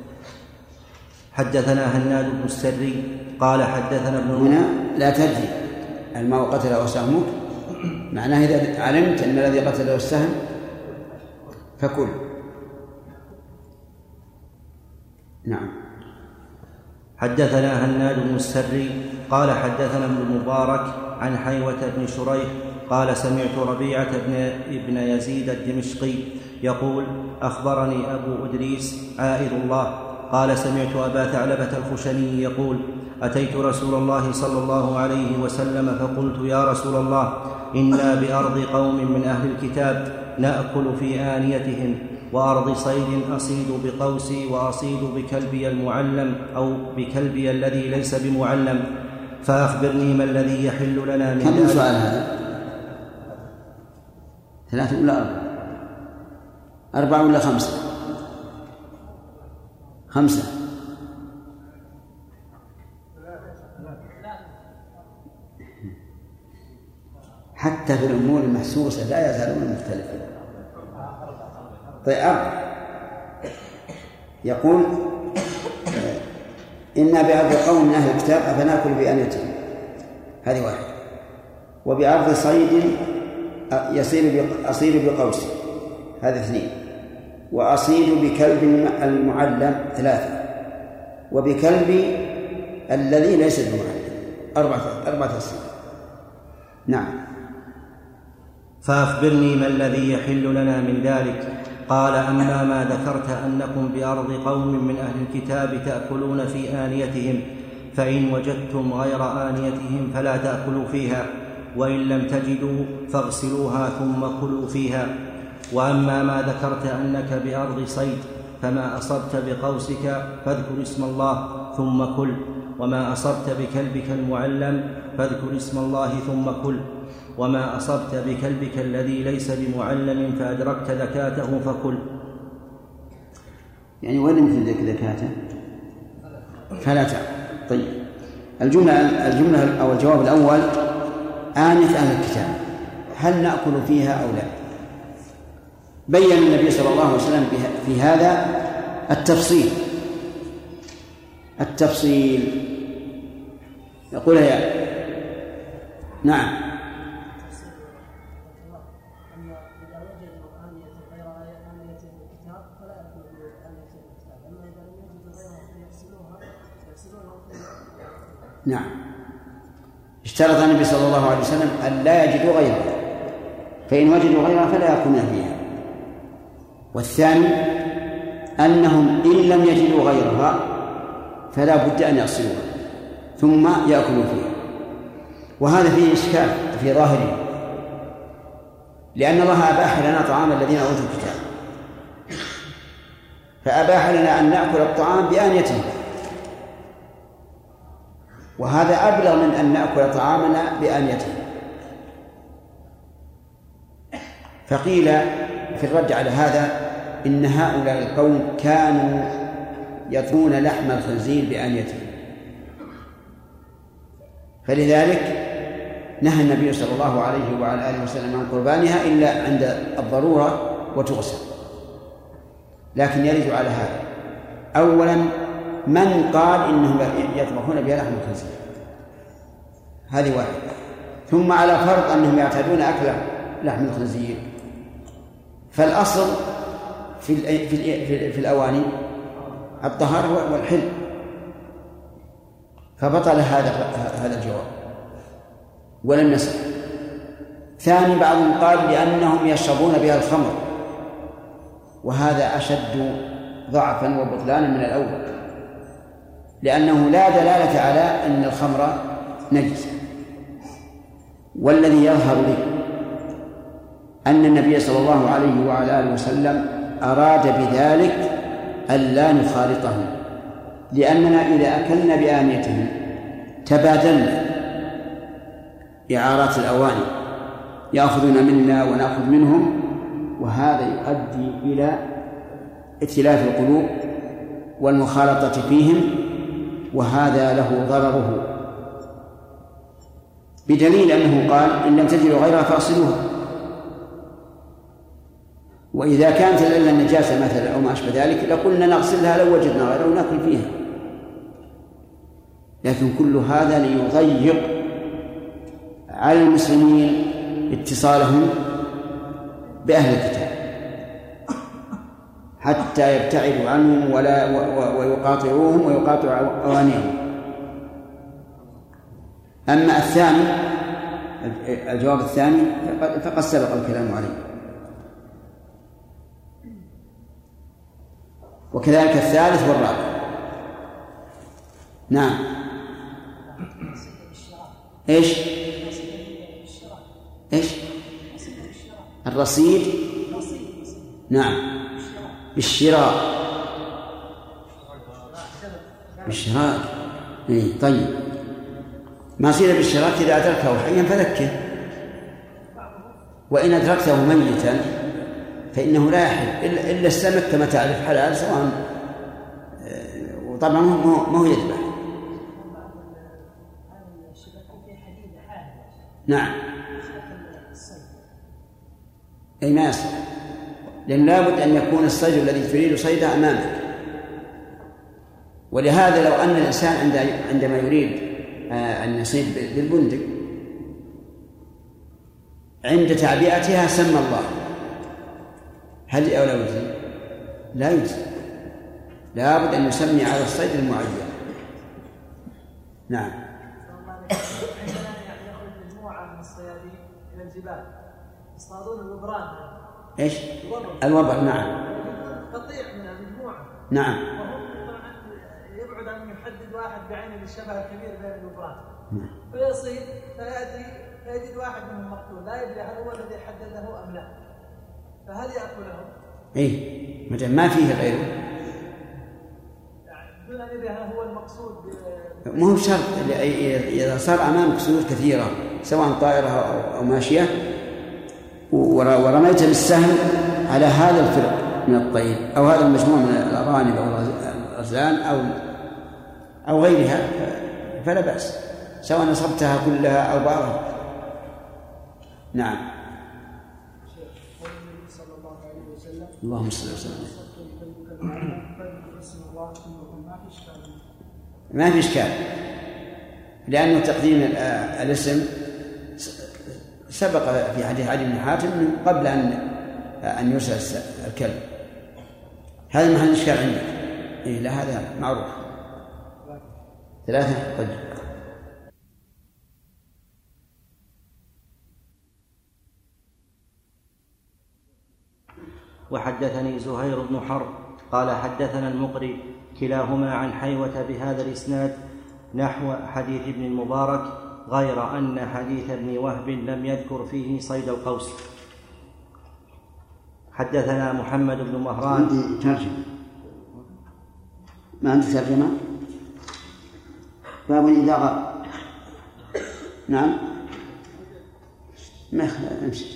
حدثنا هناد بن السري قال حدثنا ابن هنا لا تدري الماء قتله أو سهمك، معناه إذا علمت أن الذي قتله السهم فكل. نعم. حدثنا هناد بن السري قال حدثنا ابن المبارك عن حيوة بن شريح قال سمعت ربيعة بن يزيد الدمشقي يقول أخبرني أبو إدريس عائذ الله قال سمعت أبا ثعلبة الخشني يقول أتيت رسول الله صلى الله عليه وسلم فقلت يا رسول الله إنا بأرض قوم من أهل الكتاب نأكل في آنيتهم، وأرض صيد أصيد بقوسي وأصيد بكلبي المعلم أو بكلبي الذي ليس بمعلم، فأخبرني ما الذي يحل لنا من ذلك. كم سؤال هذا؟ 3 ولا 4 ولا 5؟ 5. حتى في الأمور المحسوسة لا يزالون مختلفين. طيب 4 يقول إنا بأرض قوم من أهل الكتاب أفنأكل بآنيتهم، هذه 1. وبأرض صيد أصيد بقوسي، هذا 2. وأصيد بكلب المعلم 3. وبكلب الذي ليس بمعلم 4 أصيد. نعم. فأخبرني ما الذي يحل لنا من ذلك. قال أما ما ذكرت أنكم بأرض قوم من أهل الكتاب تأكلون في آنيتهم، فإن وجدتم غير آنيتهم فلا تأكلوا فيها، وإن لم تجدوا فاغسلوها ثم كلوا فيها. وأما ما ذكرت أنك بأرض صيد فما أصبت بقوسك فاذكر اسم الله ثم كل، وما أصبت بكلبك المعلم فاذكر اسم الله ثم كل، وما أصبت بكلبك الذي ليس بمعلم فأدركت ذكاته فكل. يعني وين يمكن ذكاته؟ فلا تأكل. طيب الجملة أو الجواب الأول آنية أهل الكتاب هل نأكل فيها أو لا؟ بين النبي صلى الله عليه وسلم في هذا التفصيل يقول يا نعم. نعم. اشترط النبي صلى الله عليه وسلم أن لا يجدوا غيرها، فإن وجدوا غيرها فلا يأكلون فيها. والثاني أنهم إن لم يجدوا غيرها فلا بد أن يغسلوها ثم يأكلوا فيها. وهذا فيه إشكال في ظاهره، لأن الله أباح لنا طعام الذين أوتوا الكتاب، فأباح لنا أن نأكل الطعام بآنيته، وهذا أبلغ من أن نأكل طعامنا بآنيته. فقيل في الرد على هذا إن هؤلاء القوم كانوا يطهون لحم الخنزير بآنيته، فلذلك نهى النبي صلى الله عليه وعلى آله وسلم عن قربانها إلا عند الضرورة وتغسل. لكن يرد على هذا أولا من قال إنهم يطبخون بها لحم الخنزير، هذه واحدة، ثم على فرض أنهم يعتادون أكل لحم الخنزير، فالأصل في الأواني الطهارة والحل، فبطل هذا الجواب ولم يصح. ثاني بعضهم قال لأنهم يشربون بها الخمر، وهذا أشد ضعفا وبطلانا من الأول، لأنه لا دلالة على أن الخمر نجس. والذي يظهر لي أن النبي صلى الله عليه وعلى آله وسلم أراد بذلك ألا نخالطهم، لأننا إذا أكلنا بآنيتهم تبادلنا إعارات الأواني، يأخذون منا ونأخذ منهم، وهذا يؤدي إلى ائتلاف القلوب والمخالطة فيهم، وهذا له ضرره، بدليل أنه قال إن لم تجدوا غيرها فاغسلوها. وإذا كانت العلة النجاسة مثلا أو ما أشبه ذلك لقلنا نغسلها لو وجدنا غيرها ونأكل فيها، لكن كل هذا ليضيق على المسلمين اتصالهم بأهل الكتاب حتى يبتعدوا عنهم ويقاطعوهم ويقاطعوا أوانيهم. أما الثاني الجواب الثاني فقد سبق الكلام عليه، وكذلك الثالث والرابع. نعم. ايش الرصيد؟ نعم بالشراء. طيب ما صير بالشراء إذا أدركه حيا فذكه، وإن أدركته ميتا فإنه لا يحل إلا السمك كما تعرف حلال سواء، وطبعا ما هو يذبح. نعم أي ما يصح، لأن لابد أن يكون الصيد الذي تريد صيده أمامك. ولهذا لو أن الإنسان عندما يريد أن يصيد بالبندق عند تعبئتها سمى الله، هل أو لا يجزي؟ لا يجزي، لابد أن يسمي على الصيد المعين. نعم. مجموعة من الصيادين إلى الجبال يصطادون الوبران. إيش؟ الوبر. نعم. قطيع من المجموعة. نعم. وهم يبعد أن يحدد واحد بعينه الشبه الكبير بين الوبران. فيصيد فيأتي فيجد واحد منهم مقتول، لا يدري هل هو الذي حدده أم لا، فهل يأكله؟ إيه متى ما فيه غيره. يعني دون أن يدري هل هو المقصود. مو هو شرط، إذا صار أمامك سيول كثيرة سواء طائرة أو ماشية ورميت بالسهم على هذا الفرق من الطير أو هذا المجموع من الأرانب أو الغزلان أو غيرها فلا بأس، سواء نصبتها كلها أو بعضها. نعم. اللهم صل وسلم. ما في إشكال، لأنه تقديم الاسم سبق في حديث علي بن حاتم من قبل أن يرسل الكلب. هذا محل إشكال عندك؟ إيه لا هذا معروف. 3. طيب. وحدثني زهير بن حرب قال حدثنا المقري كلاهما عن حيوة بهذا الإسناد نحو حديث ابن المبارك، غير أن حديث ابن وهب لم يذكر فيه صيد القوس. حدثنا محمد بن مهران. عندي ترجمة. ما عندي ترجمة. باب إذا غاب. نعم ما أمشي.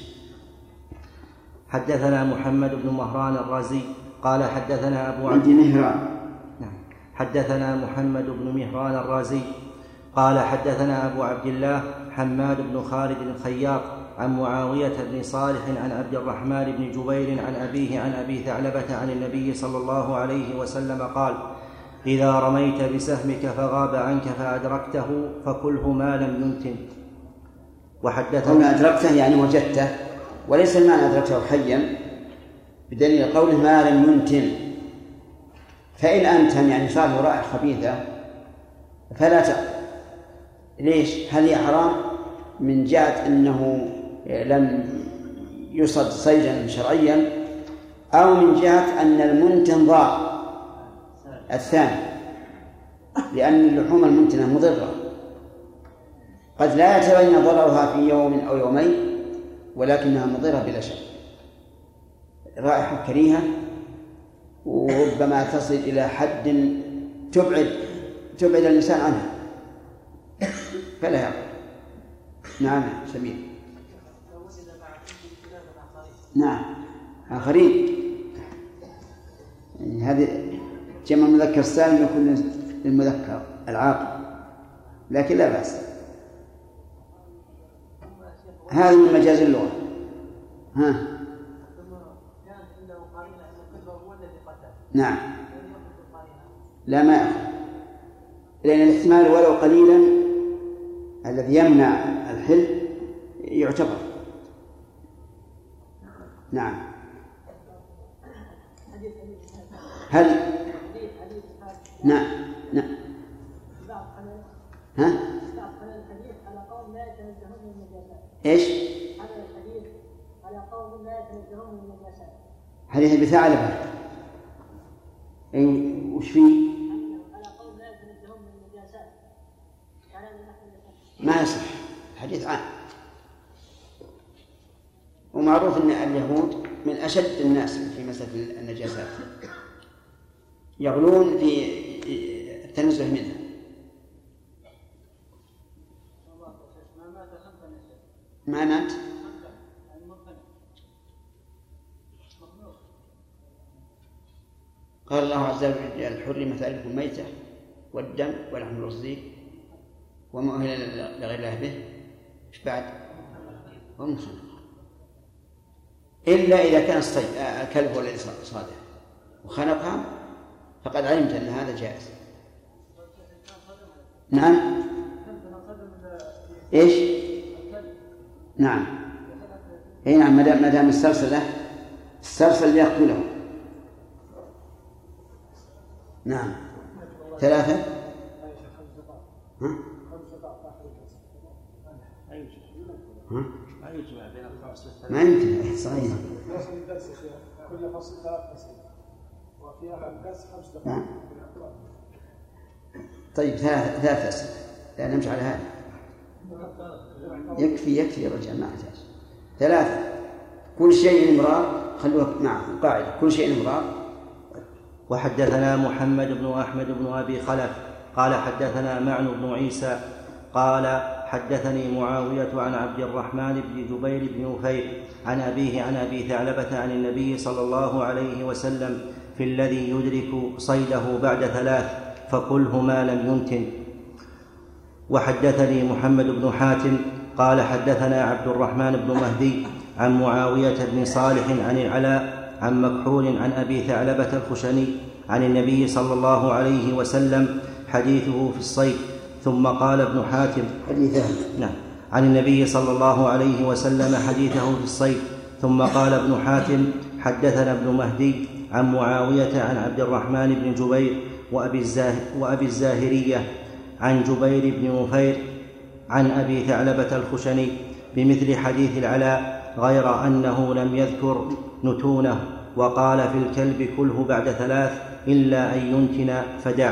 حدثنا محمد بن مهران الرازي قال حدثنا أبو عندي مهران. نعم. حدثنا محمد بن مهران الرازي قال حدثنا أبو عبد الله حماد بن خالد الخياط عن معاوية بن صالح عن عبد الرحمن بن جبير عن أبيه عن أبي ثعلبة عن النبي صلى الله عليه وسلم قال: إذا رميت بسهمك فغاب عنك فأدركته فكله ما لم ينتن. وحدثنا أدركته يعني وجدته، وليس المعنى أدركته حيا، بدليل قوله ما لم ينتن. فإن أنتن يعني صار له رائحة خبيثة فلا تأكل. ليش؟ هل هي حرام من جهة أنه لم يصد صيدا شرعيا، أو من جهة أن المنتن ضار الثاني، لأن اللحوم المنتنة مضرة، قد لا يتبين ضررها في يوم أو يومين، ولكنها مضرة بلا شك، رائحة كريهة، وربما تصل إلى حد تبعد الإنسان عنها، فلا يأكل. نعم سمير. نعم آخرين، يعني هذه جمع المذكر السالم يكون للمذكر العاقل، لكن لا بأس. هذا من مجاز اللغة. نعم لا ما يأخذ، لأن الاحتمال ولو قليلا الذي يمنع الحل يعتبر. نعم. هل نعم ايش؟ حديث بثعلبة وش فيه؟ ما يصح، حديث عام، ومعروف أن اليهود من أشد الناس في مسألة النجاسات، يغلون في التنزه منها. ما مات قال الله عز وجل: حرمت عليكم الميتة والدم ولحم الخنزير وما أهل لغير الله به، إيش بعد؟ إلا إذا كان الكلب هو الذي صادها وخنقها فقد علمت أن هذا جائز. نعم إيش؟ نعم أي نعم، ما دام السلسل يأكله. نعم 3. ما يمكن صحيح. كل فصل 3 أسئلة وفي أحد الدرس 5 دقائق. طيب 3 أسئلة، لا نمشي على هذا. يكفي يا رجال، ما أحتاج 3. كل شيء إمرار، خلوه معكم قاعدة، كل شيء إمرار. وحدثنا محمد بن أحمد بن أبي خلف قال حدثنا معن بن عيسى قال حدثني معاوية عن عبد الرحمن بن جبير بن نفير عن أبيه عن أبي ثعلبة عن النبي صلى الله عليه وسلم في الذي يدرك صيده بعد 3 فكله ما لم ينتن. وحدثني محمد بن حاتم قال حدثنا عبد الرحمن بن مهدي عن معاوية بن صالح عن العلاء عن مكحول عن أبي ثعلبة الخشني عن النبي صلى الله عليه وسلم حديثه في الصيد. ثم قال ابن حاتم عن النبي صلى الله عليه وسلم حديثه في الصيد. ثم قال ابن حاتم حدثنا ابن مهدي عن معاوية عن عبد الرحمن بن جبير وأبي الزاهرية عن جبير بن نفير عن أبي ثعلبة الخشني بمثل حديث العلاء، غير أنه لم يذكر نتونه، وقال في الكلب كله بعد 3 إلا أن ينتن فدع.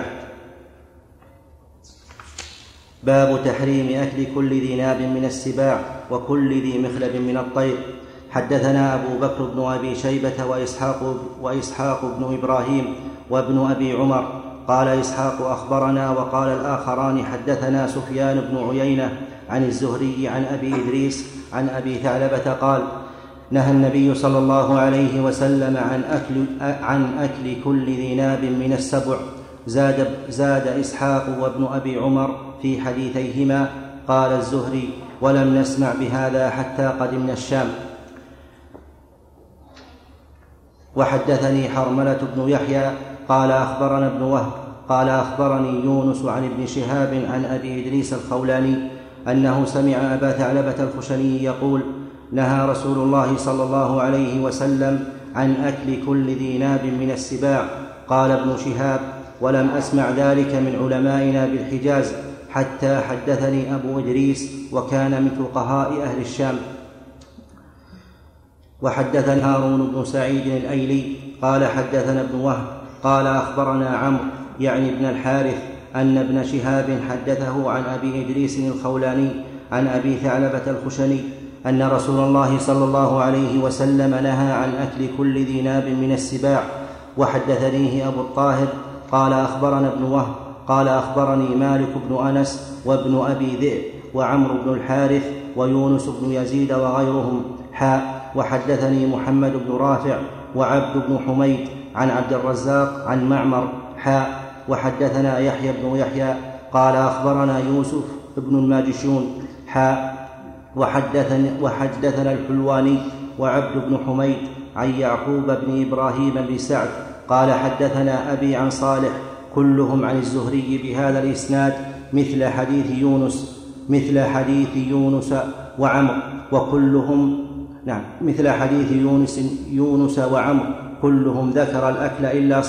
باب تحريم أكل كل ذي ناب من السباع وكل ذي مخلب من الطير. حدثنا أبو بكر بن أبي شيبة وإسحاق بن إبراهيم وابن أبي عمر. قال إسحاق أخبرنا، وقال الآخران حدثنا سفيان بن عيينة عن الزهري عن أبي إدريس عن أبي ثعلبة قال: نهى النبي صلى الله عليه وسلم عن أكل كل ذي ناب من السبع. زاد إسحاق وابن أبي عمر في حديثيهما. قال الزهري: ولم نسمع بهذا حتى قدمنا الشام. وحدثني حرملة بن يحيى قال أخبرنا ابن وهب قال أخبرني يونس عن ابن شهاب عن أبي إدريس الخولاني أنه سمع أبا ثعلبة الخشني يقول: نهى رسول الله صلى الله عليه وسلم عن أكل كل ذي ناب من السباع. قال ابن شهاب: ولم أسمع ذلك من علمائنا بالحجاز حتى حدثني أبو إدريس، وكان من فقهاء أهل الشام. وحدثني هارون بن سعيد الأيلي قال حدثنا ابن وهب قال أخبرنا عمرو يعني ابن الحارث أن ابن شهاب حدثه عن أبي إدريس الخولاني عن أبي ثعلبة الخشني أن رسول الله صلى الله عليه وسلم نهى عن أكل كل ذي ناب من السباع. وحدثنيه أبو الطاهر قال أخبرنا ابن وهب قال أخبرني مالك بن أنس وابن أبي ذئب وعمرو بن الحارث ويونس بن يزيد وغيرهم. وحدثني محمد بن رافع وعبد بن حميد عن عبد الرزاق عن معمر. وحدثنا يحيى بن يحيى قال أخبرنا يوسف بن الماجشون. وحدثنا الحلواني وعبد بن حميد عن يعقوب بن إبراهيم بن سعد قال حدثنا أبي عن صالح كلهم عن الزهري بهذا الإسناد مثل حديث يونس وعمر، وكلهم مثل حديث يونس وعمر كلهم ذكر الأكل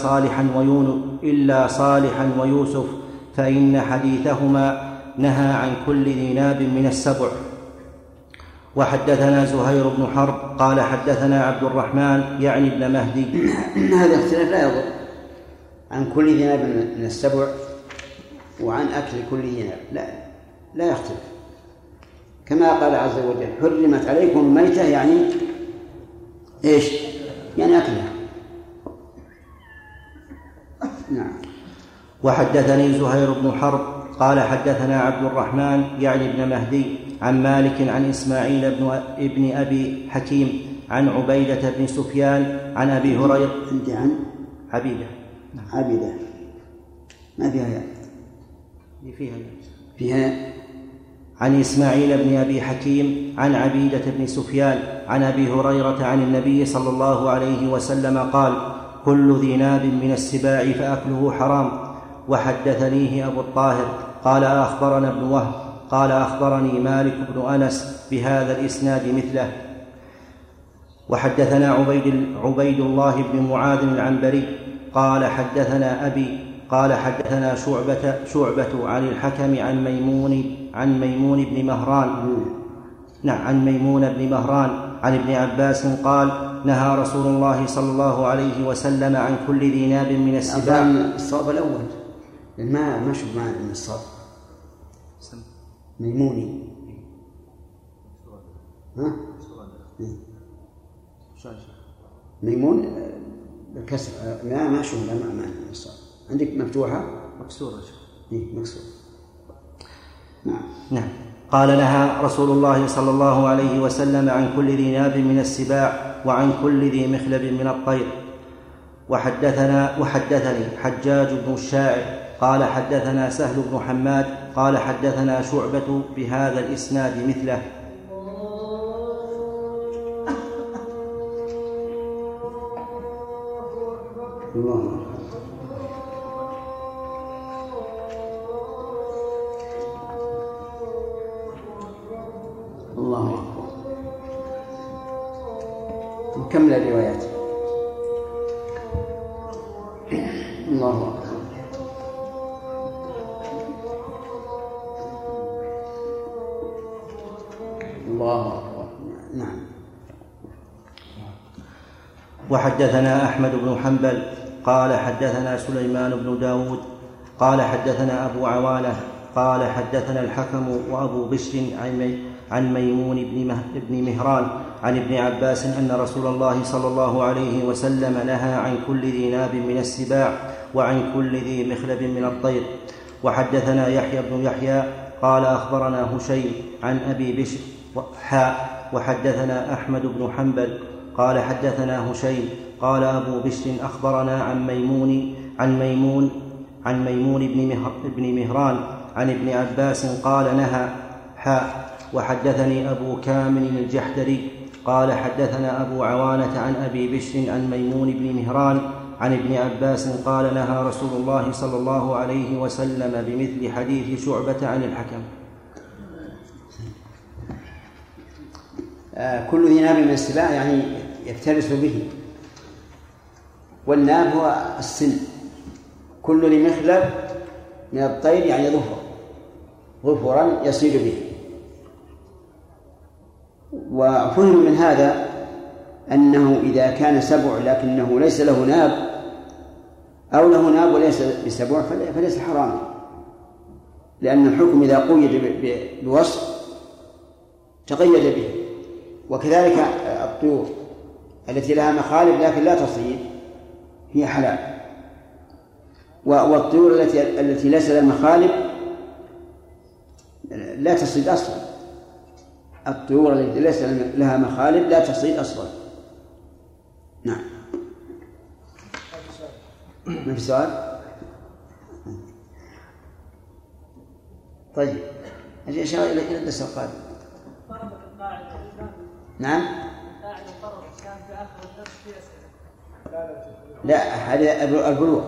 إلا صالحا ويوسف، فإن حديثهما نهى عن كل ذي ناب من السبع. وحدثنا زهير بن حرب قال حدثنا عبد الرحمن يعني ابن مهدي. هذا اختلاف لا يضر، عن كل ذي ناب من السبع وعن أكل كل ذي ناب لا يختلف، كما قال عز وجل: حرمت عليكم الميتة، يعني إيش؟ يعني أكلها. نعم. وحدثني زهير بن حرب قال حدثنا عبد الرحمن يعني ابن مهدي عن مالك عن إسماعيل ابن أبي حكيم عن عبيدة بن سفيان عن أبي هريرة. أنت عن عبيدة. عبيدة ما فيها يعني. فيها عن إسماعيل بن أبي حكيم عن عبيدة بن سفيان عن أبي هريرة عن النبي صلى الله عليه وسلم قال: كل ذي ناب من السباع فأكله حرام. وحدثنيه أبو الطاهر قال أخبرنا ابن وهب قال أخبرني مالك بن أنس بهذا الإسناد مثله. وحدثنا عبيد الله بن معاذ العنبري قال حدثنا أبي قال حدثنا شعبة عن الحكم عن ميمون بن مهران عن ابن عباس قال: نهى رسول الله صلى الله عليه وسلم عن كل ذي ناب من السباع. الصواب الأول ما شوف معنا من الصواب ميموني. ميمون بالكسر ما شوف لا معنى من الصواب. عندك مفتوحة مكسورة. مكسورة. نعم. قال: نهى رسول الله صلى الله عليه وسلم عن كل ذي ناب من السباع وعن كل ذي مخلب من الطير. وحدثني حجاج بن الشاعر قال حدثنا سهل بن حماد قال حدثنا شعبة بهذا الإسناد مثله. الله أكبر. نكمل الروايات. الله أكبر. الله أكبر. نعم. وحدثنا أحمد بن حنبل قال حدثنا سليمان بن داود قال حدثنا أبو عوانة قال حدثنا الحكم وأبو بشر عن ميمون بن مهران عن ابن عباس أن رسول الله صلى الله عليه وسلم نهى عن كل ذي ناب من السباع وعن كل ذي مخلب من الطير. وحدثنا يحيى بن يحيى قال أخبرنا هشيم عن أبي بشر وحدثنا أحمد بن حنبل قال حدثنا هشيم قال أبو بشر أخبرنا عن ميمون بن مهران عن ابن عباس قال نهى وحدثني أبو كامل الجحدري قال حدثنا أبو عوانة عن أبي بشر عن ميمون بن مهران عن ابن عباس قال نهى رسول الله صلى الله عليه وسلم بمثل حديث شعبة عن الحكم. كل ذي ناب من السباع يعني يفترس به، والناب هو السن. كل ذي مخلب من الطير يعني ظفرا يصيد به. وفهم من هذا أنه إذا كان سبع لكنه ليس له ناب أو له ناب وليس بسبع فليس حراما، لأن الحكم إذا قيد بوصف تقيد به. وكذلك الطيور التي لها مخالب لكن لا تصيد هي حلال، والطيور التي ليس لها مخالب لا تصيد أصلا. الطيور التي ليس لها مخالب لا تصيد أصلا. نعم. ما في سؤال؟ طيب أجي أشار إلى الدرس القادم. نعم. لا هذا البلوغ.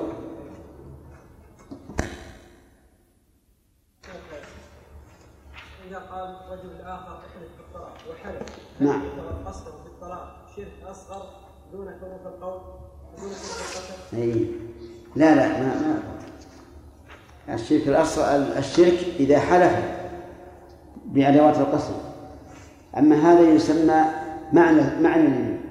إذا قال رجل الآخر احلف بالطلاق وحلف نعم قصده بالطلاق شرك أصغر دون حروف القول دون حروف القتل. أي لا ما الشرك الأصغر. الشرك إذا حلف بأدوات القصد، أما هذا يسمى معنى اليمين،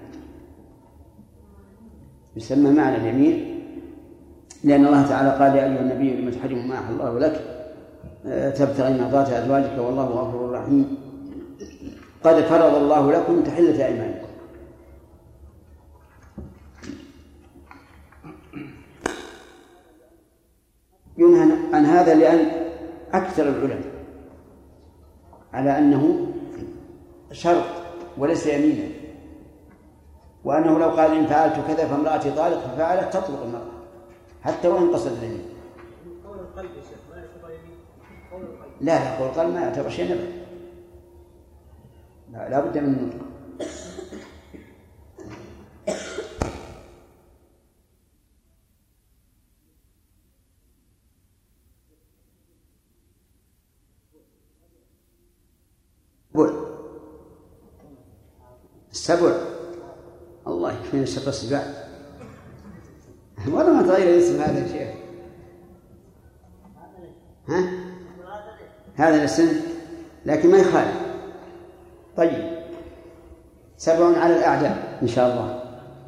يسمى معنى اليمين، لأن الله تعالى قال يا أيها النبي لم تحرم ما أحل الله لك تبتغي مرضات أزواجك والله غفور رحيم قد فرض الله لكم تحلة أيمانكم. ينهى عن هذا لأن أكثر العلماء على أنه شرط وليس يمينا، وأنه لو قال إن فعلت كذا فامرأتي طالق ففعلت تطلق المرأة حتى وإن قصد اليمين. قول القلب يا شيخ ما يعتبر يمين. قول القلب لا قول القلب ما يعتبر شيء نبأ، لا بد من النطق. السبع الله يكفينا شر السباع. والله ما تغير الاسم هذا الشيخ. هذا الاسم لكن ما يخالف. طيب 7 على الأعداء إن شاء الله.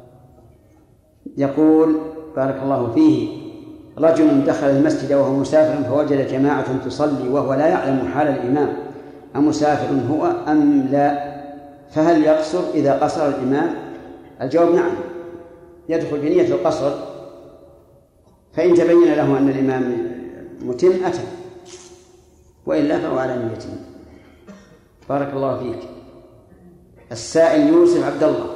يقول بارك الله فيه: رجل دخل المسجد وهو مسافر فوجد جماعة تصلي وهو لا يعلم حال الإمام أمسافر هو أم لا، فهل يقصر إذا قصر الإمام؟ الجواب نعم، يدخل بنية القصر، فإن تبين له أن الإمام متم أتى، وإلا فهو على نيته. بارك الله فيك. السائل يوسف عبد الله.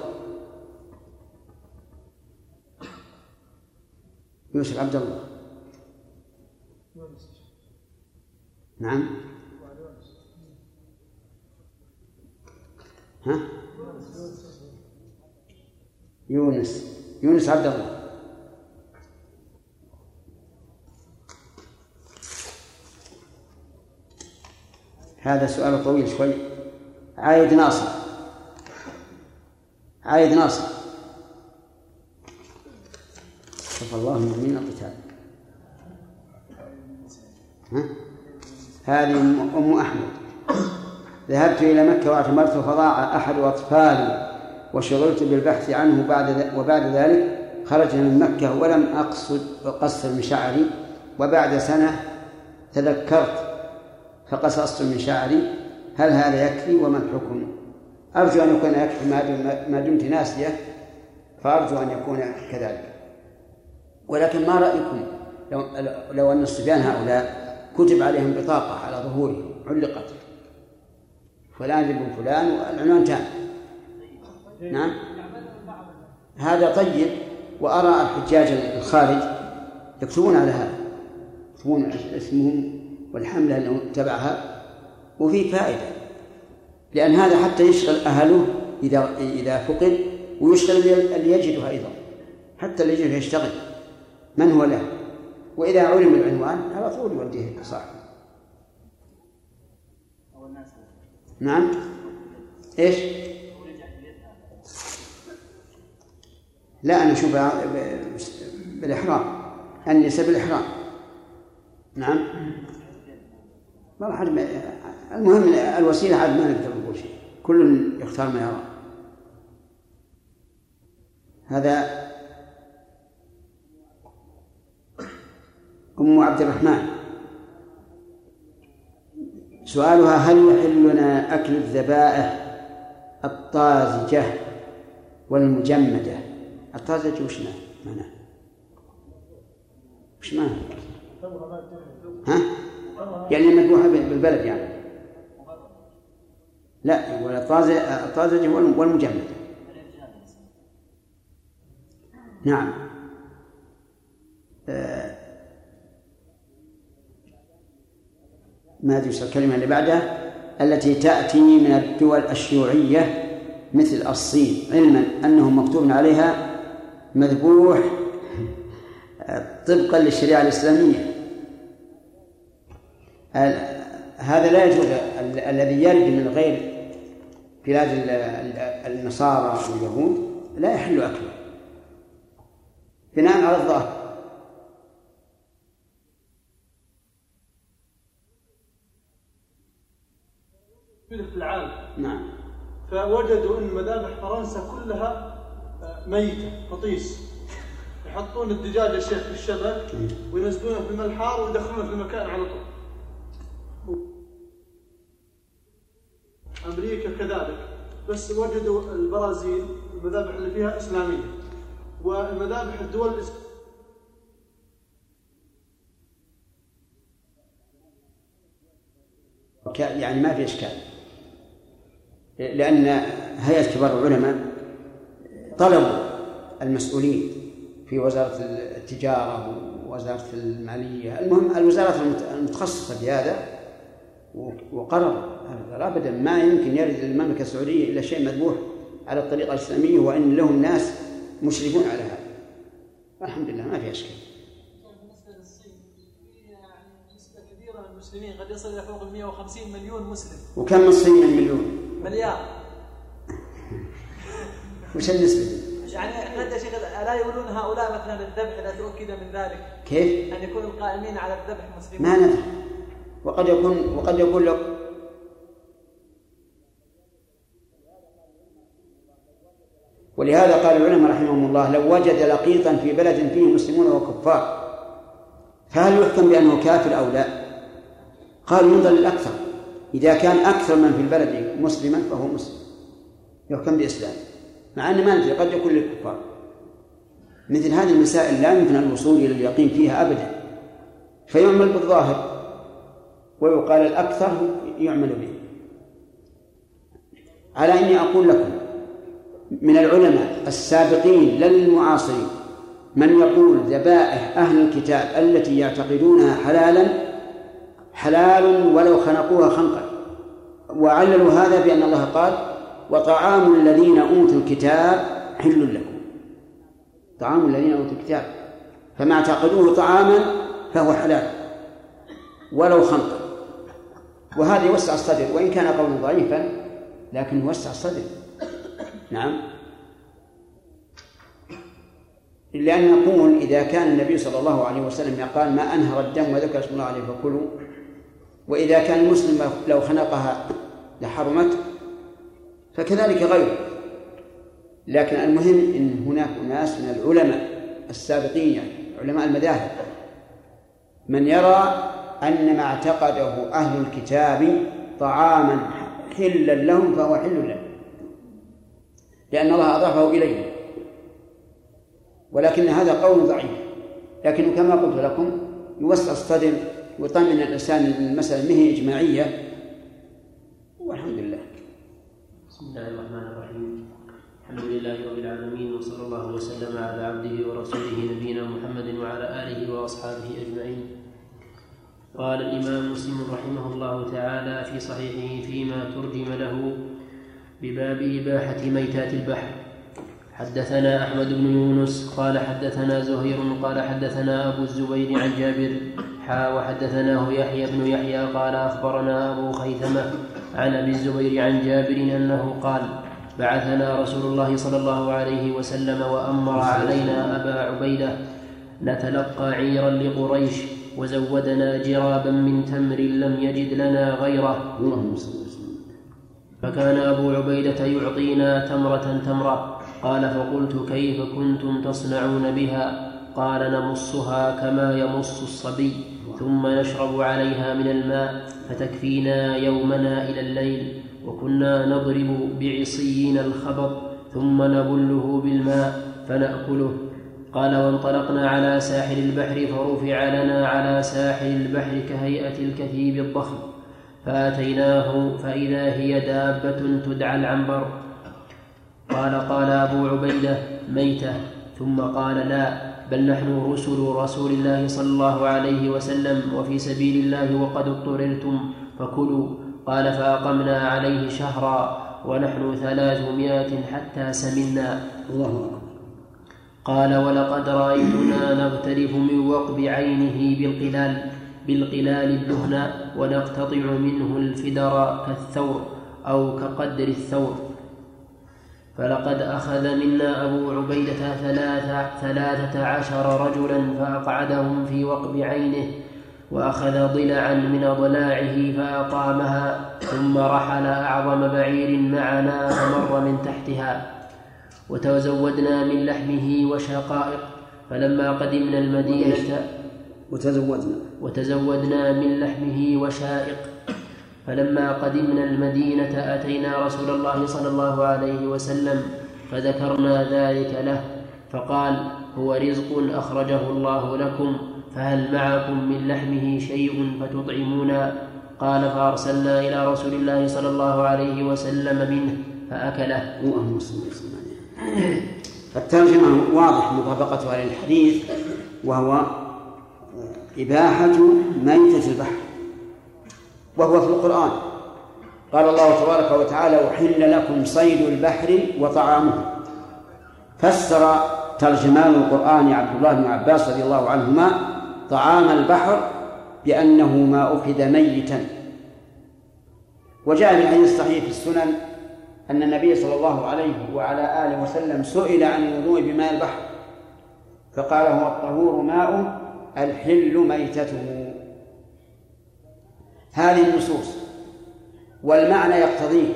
يوسف عبد الله نعم. ها؟ يونس عبد الله. هذا سؤال طويل شوي. عايد ناصر شوف الله من القتال. هذه أم أحمد: ذهبت إلى مكة واعتمرت فضاع أحد أطفالي وشغلت بالبحث عنه وبعد ذلك خرجنا من مكة ولم أقصد قصر من شعري، وبعد سنة تذكرت فقصصت من شعري، هل هذا يكفي وما الحكم؟ أرجو أن يكون يكفي ما دمت ناسية، فأرجو أن يكون كذلك. ولكن ما رأيكم لو أن الصبيان هؤلاء كتب عليهم بطاقة على ظهورهم علقت فلان ابن فلان والعنوان تام؟ نعم، هذا طيب. وأرى الحجاج الخارج يكتبون على هذا، يكتبون اسمهم والحملة اللي تبعها، وفي فائدة، لأن هذا حتى يشغل أهله إذا فقد، ويشغل اللي يجده أيضا، حتى اللي يجده يشتغل من هو له، وإذا علم العنوان على طول يوديه كصاحب. نعم. إيش؟ لا، أنا أشوف بالإحرام، النساء بالإحرام. نعم. المهم الوسيلة عاد ما نقدر نقول شيء، كل يختار ما يرى. هذا أم عبد الرحمن سؤالها: هل يحل لنا أكل الذبائح الطازجة والمجمدة؟ الطازجة وش معناه؟ وش معناه؟ ها؟ يعني مذبوحة بالبلد يعني؟ لا، ولا الطازجة والمجمدة. نعم. ما أدري الكلمة اللي بعدها، التي تأتي من الدول الشيوعية مثل الصين، علما أنه مكتوب عليها مذبوح طبقا للشريعة الإسلامية. هذا لا يجوز. الذي يرد من غير بلاد النصارى واليهود لا يحل أكله بناء على الظاهر. في العالم. نعم. فوجدوا أن مذابح فرنسا كلها ميتة فطيس، يحطون الدجاج يا شيخ في الشبك وينزلونه في الملحار ويدخلونه في المكان على طول. أمريكا كذلك، بس وجدوا البرازيل المذابح اللي فيها إسلامية، والمذابح الدول يعني ما في إشكال، لأن هيئة كبار العلماء طلبوا المسؤولين في وزارة التجارة ووزارة المالية، المهم الوزارات المتخصصة في هذا، وقرروا أبدا ما يمكن يرد المملكة السعودية إلا شيء مذبوح على الطريقة الإسلامية، وإن لهم ناس مشرفون على هذا. الحمد لله ما في أشكال. بالنسبة للصين يعني نسبة كبيرة من المسلمين، قد يصل إلى فوق 150 مليون مسلم. وكم الصين من مليون؟ مليار. وش النسبة؟ يعني عند شيخ لا يقولون هؤلاء مثلا الذبح لا تؤكد من ذلك؟ كيف؟ أن يكون القائمين على الذبح مسلمين. ما ندري، وقد يكون لو ولهذا قال العلماء رحمهم الله: لو وجد لقيطا في بلد فيه مسلمون وكفار فهل يحكم بأنه كافر أو لا؟ قال ينظر للأكثر، إذا كان أكثر من في البلد مسلما فهو مسلم يحكم بإسلام، مع أن ما ندري قد يكون للكفار. مثل هذه المسائل لا يمكن الوصول إلى اليقين فيها أبدا، فيعمل بالظاهر ويقال الأكثر يعمل به. على إني أقول لكم من العلماء السابقين للمعاصرين من يقول ذبائح أهل الكتاب التي يعتقدونها حلال ولو خنقوها خنقا، وعللوا هذا بأن الله قال: وطعام الذين أوتوا الكتاب حل لكم. طعام الذين أوتوا الكتاب، فما اعتقدوه طعاما فهو حلال ولو خنقا. وهذا يوسع الصدر، وإن كان قولا ضعيفا لكن يوسع الصدر. نعم. لأن نقول إذا كان النبي صلى الله عليه وسلم قال: ما أنهر الدم وذكر اسم الله عليه فكلوا، وإذا كان المسلم لو خنقها لحرمت، فكذلك غيره. لكن المهم إن هناك ناس من العلماء السابقين يعني علماء المذاهب من يرى أن ما اعتقده أهل الكتاب طعاما حلا لهم فهو حل له، لأن الله أضافه إليه، ولكن هذا قول ضعيف، لكن كما قلت لكم يوسع الصدر ويطمن الإنسان المسألة مهي إجماعية، والحمد لله. بسم الله الرحمن الرحيم. الحمد لله رب العالمين، وصلى الله وسلم على عبده ورسوله نبينا محمد وعلى آله وأصحابه أجمعين. قال الإمام مسلم رحمه الله تعالى في صحيحه فيما ترجم له بباب إباحة ميتات البحر: حدثنا أحمد بن يونس قال حدثنا زهير قال حدثنا أبو الزبير عن جابر وحدثناه يحيى بن يحيى قال أخبرنا أبو خيثمة عن أبي الزبير عن جابر أنه قال: بعثنا رسول الله صلى الله عليه وسلم وأمر علينا أبا عبيدة نتلقى عيرا لقريش، وزودنا جرابا من تمر لم يجد لنا غيره، فكان أبو عبيدة يعطينا تمرة. قال: فقلت: كيف كنتم تصنعون بها؟ قال: نمصها كما يمص الصبي، ثم نشرب عليها من الماء فتكفينا يومنا إلى الليل، وكنا نضرب بعصينا الخبط ثم نبله بالماء فنأكله. قال: وانطلقنا على ساحل البحر فرفع لنا على ساحل البحر كهيئة الكثيب الضخم، فأتيناه فإذا هي دابة تدعى العنبر. قال أبو عبيدة: ميتة. ثم قال: لا، بل نحن رسول الله صلى الله عليه وسلم وفي سبيل الله وقد اضطررتم فكلوا. قال: فأقمنا عليه شهرا ونحن 300 حتى سمنا. قال: ولقد رأيتنا نغترف من وقب عينه بالقلال الدهن ونقتطع منه الفدر كالثور أو كقدر الثور. فلقد أخذ منا أبو عبيدة 13 رجلا فأقعدهم في وقب عينه، وأخذ ضلعا من ضلاعه فأقامها، ثم رحل أعظم بعير معنا فمر من تحتها. وتزودنا من لحمه وشقائق، فلما قدمنا المدينة وتزودنا من لحمه وشائق. فلما قدمنا المدينة أتينا رسول الله صلى الله عليه وسلم فذكرنا ذلك له، فقال: هو رزق أخرجه الله لكم، فهل معكم من لحمه شيء فتطعمونا؟ قال: فأرسلنا إلى رسول الله صلى الله عليه وسلم منه فأكله. فالترجمة واضح مطابقتها للحديث، وهو إباحة ميتة البحر، وهو في القرآن. قال الله تبارك وتعالى: أحل لكم صيد البحر وطعامه. فسر ترجمان القرآن عبد الله بن عباس رضي الله عنهما طعام البحر بأنه ما أخذ ميتا. وجاء في الحديث الصحيح في السنن أن النبي صلى الله عليه وعلى آله وسلم سئل عن الوضوء بماء البحر فقال: هو الطهور ماء الحل ميتته. هذه النصوص والمعنى يقتضيه،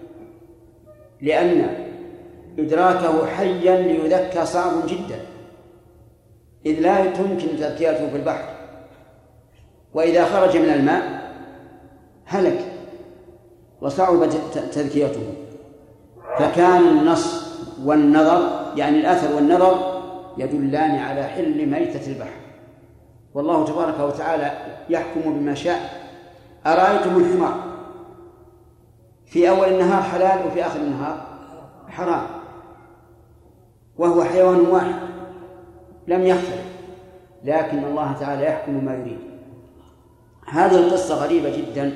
لأن إدراكه حيا ليذكى صعب جدا، إذ لا تمكن تذكيته في البحر، وإذا خرج من الماء هلك وصعب تذكيته. فكان النص والنظر، يعني الأثر والنظر، يدلان على حل ميتة البحر. والله تبارك وتعالى يحكم بما شاء. أرأيتم الحمار في أول النهار حلال وفي آخر النهار حرام، وهو حيوان واحد لم يختلف، لكن الله تعالى يحكم ما يريد. هذه القصة غريبة جدا،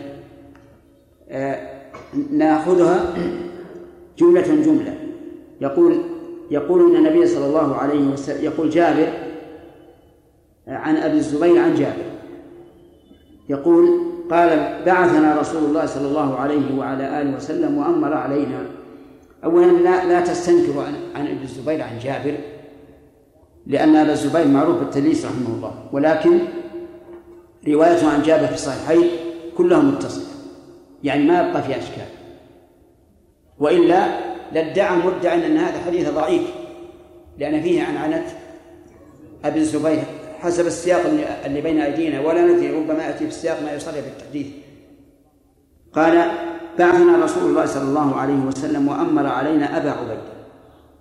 نأخذها جملة. يقول أن النبي صلى الله عليه وسلم، يقول جابر عن أبي الزبير عن جابر يقول: قال: بعثنا رسول الله صلى الله عليه وعلى آله وسلم وأمر علينا. أولا لا تستنكروا عن أبي الزبير عن جابر، لأن أبا الزبير معروف بالتدليس رحمه الله، ولكن روايته عن جابر في الصحيحين كلها متصلة، يعني ما يبقى فيها أشكال، وإلا لادعى مدعي أن هذا حديث ضعيف، لأن فيه عنعنة أبي الزبير حسب السياق اللي بين أيدينا، ولا ندري، ربما يأتي في السياق ما يصلح بالتحديث. قال: بعثنا رسول الله صلى الله عليه وسلم وأمر علينا أبا عبيدة.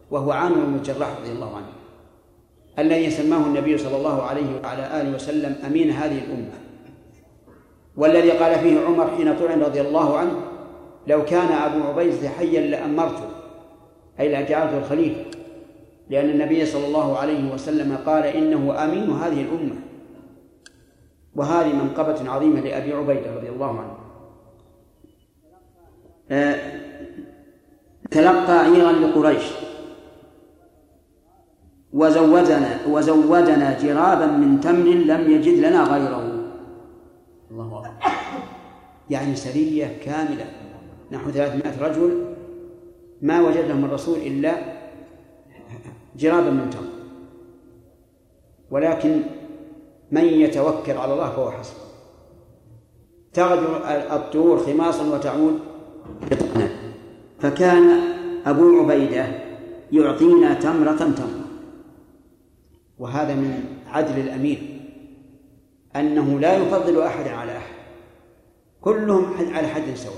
وهو عامر بن الجراح رضي الله عنه الذي سماه النبي صلى الله عليه وعلى آله وسلم أمين هذه الأمة، والذي قال فيه عمر حين طعن رضي الله عنه: لو كان أبو عبيدة حيا لأمرته، أي لجعلته الخليفة، لأن النبي صلى الله عليه وسلم قال إنه أمين هذه الأمة. وهذه منقبة عظيمة لأبي عبيدة رضي الله عنه. تلقى عيرا لقريش وزودنا جرابا من تمر لم يجد لنا غيره. الله أكبر. يعني سرية كاملة نحو 300 رجل ما وجد لهم الرسول إلا جرابا من تمر، ولكن من يتوكل على الله فهو حسبه. تغدو الطيور خماصا وتعود بطنا. فكان أبو عبيدة يعطينا تمرة، وهذا من عدل الأمير أنه لا يفضل أحد على أحد، كلهم على حد سواء،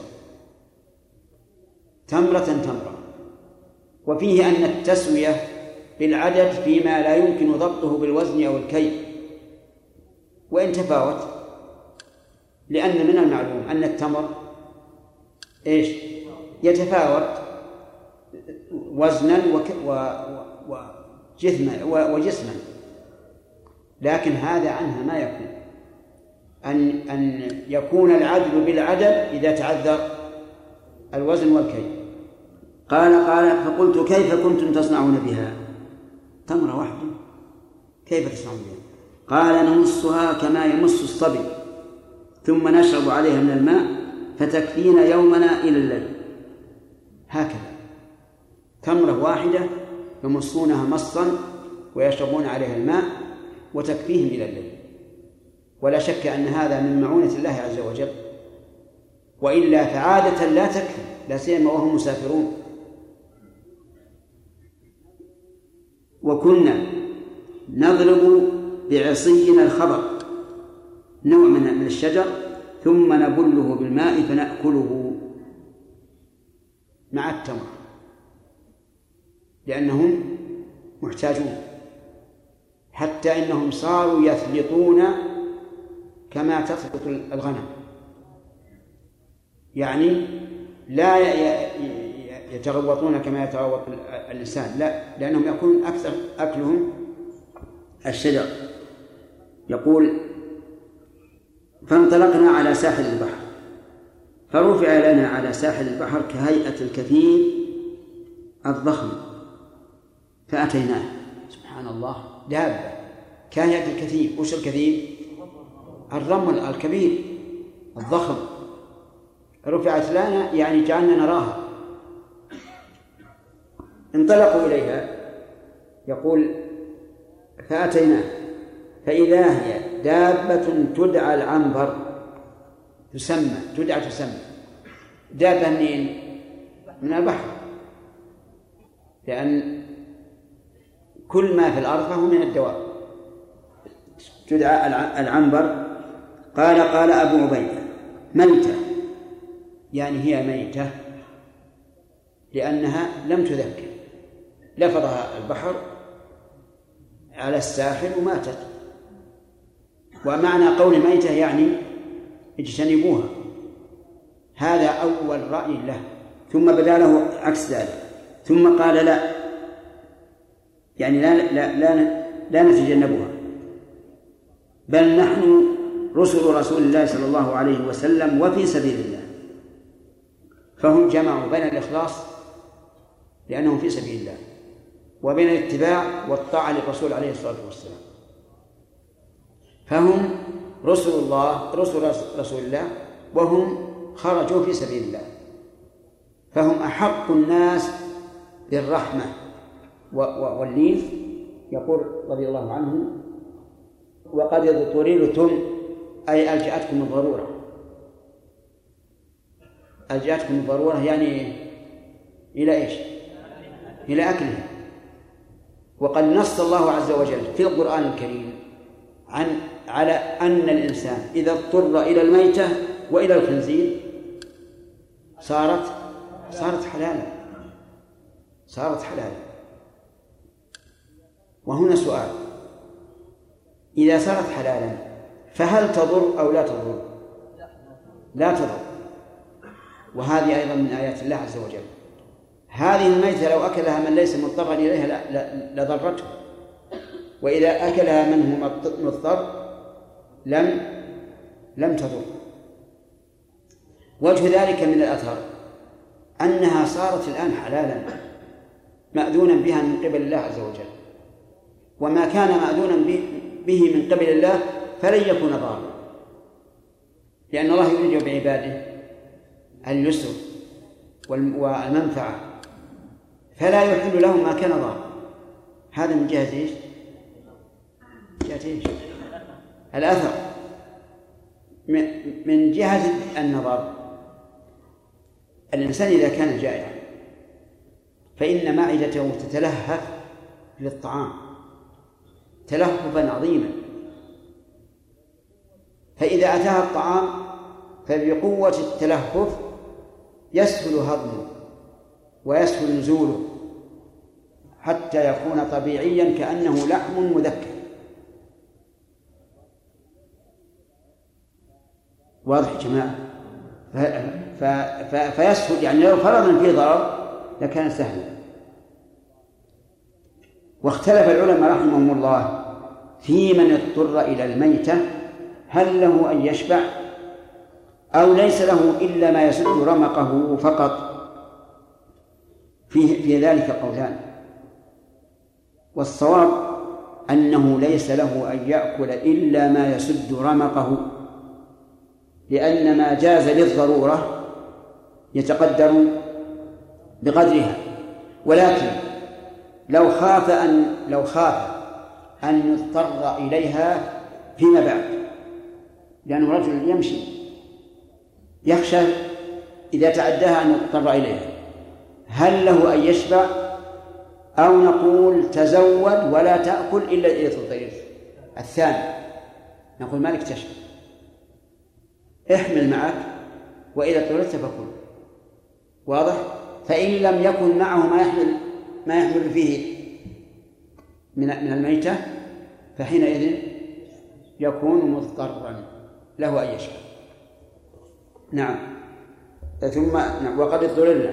تمرة. وفيه أن التسوية بالعدد فيما لا يمكن ضبطه بالوزن أو الكيل وإن تفاوت، لأن من المعلوم أن التمر يتفاوت وزنا وجسما، لكن هذا عنها ما يكون أن يكون العدل بالعدد إذا تعذر الوزن والكيل. قال فقلت: كيف كنتم تصنعون بها؟ تمرة واحدة كيف تصنعون بها؟ قال: نمصها كما يمص الصبي، ثم نشرب عليها من الماء فتكفينا يومنا إلى الليل. هكذا تمرة واحدة يمصونها مصا ويشربون عليها الماء وتكفيهم إلى الليل. ولا شك أن هذا من معونة الله عز وجل، وإلا فعادة لا تكفي، لا سيما وهم مسافرون. وكنا نضرب بعصينا الخبر، نوع من الشجر، ثم نبله بالماء فنأكله مع التمر، لأنهم محتاجون، حتى إنهم صاروا يثلطون كما تثلط الغنم، يعني لا يتغوطون كما يتغوط الإنسان، لا، لأنهم يكون أكثر أكلهم الشجر. يقول: فانطلقنا على ساحل البحر، فرفع لنا على ساحل البحر كهيئة الكثير الضخم، فأتيناه. سبحان الله، دابة كهيئة الكثير. وش الكثير؟ الرمل الكبير الضخم، رفعت لنا يعني جعلنا نراها. انطلقوا إليها. يقول: فأتيناه فإذا هي دابة تدعى العنبر، تسمى دابة من البحر، لأن كل ما في الأرض فهو من الدواب، تدعى العنبر. قال أبو عبيدة: ميتة، يعني هي ميتة لأنها لم تذكر، لفظها البحر على الساحل وماتت. ومعنى قول ميتة يعني اجتنبوها. هذا أول رأي له، ثم بدا له عكس ذلك، ثم قال: لا، يعني لا نتجنبها، بل نحن رسل رسول الله صلى الله عليه وسلم وفي سبيل الله. فهم جمعوا بين الإخلاص لأنهم في سبيل الله، وبين الاتباع والطاعة للرسول عليه الصلاة والسلام. فهم رسل الله، رسل رسول الله، وهم خرجوا في سبيل الله، فهم أحق الناس بالرحمة واللين. يقول رضي الله عنه: وقد اضطررتم، أي ألجأتكم الضرورة. ألجأتكم الضرورة يعني إلى إيش؟ إلى أكله. وقد نص الله عز وجل في القرآن الكريم على أن الإنسان إذا اضطر إلى الميتة وإلى الخنزير صارت حلالا، وهنا سؤال: إذا صارت حلالا فهل تضر أو لا تضر؟ لا تضر. وهذه أيضا من آيات الله عز وجل. هذه الميتة لو أكلها من ليس مضطرا إليها لضرته، وإذا أكلها من هو مضطر لم تضر. وجه ذلك من الأثر أنها صارت الآن حلالا مأذونا بها من قبل الله عز وجل، وما كان مأذونا به من قبل الله فلن يكون ضارا، لأن الله يريد بعباده اليسر والمنفعة، فلا يحل لهم ما كان ضارا. هذا من جهة إيش؟ الأثر. من جهة النظر، الإنسان إذا كان جائعا فإن معدته تتلهف للطعام تلهفا عظيما، فإذا أتاها الطعام فبقوة التلهف يسهل هضمه ويسهل نزوله حتى يكون طبيعيا كأنه لحم مذكر. واضح يا جماعة؟ فيسهل، يعني لو فرضا فيه ضرر لكان سهلا. واختلف العلماء رحمهم الله في من اضطر إلى الميتة، هل له أن يشبع أو ليس له إلا ما يسد رمقه فقط؟ في ذلك قولان، والصواب أنه ليس له أن يأكل إلا ما يسد رمقه، لأن ما جاز للضرورة يتقدر بقدرها. ولكن لو خاف أن يضطر إليها فيما بعد، لأنه رجل يمشي يخشى إذا تعداها أن يضطر إليها، هل له أن يشبع أو نقول تزود ولا تأكل إلا إذا تضطر؟ الثاني نقول مالك تشبع، احمل معك وإذا اضطررت فكل. واضح؟ فإن لم يكن معه ما يحمل فيه من الميتة فحينئذ يكون مضطرا له أن يشبع. نعم. ثم وقد اضطررنا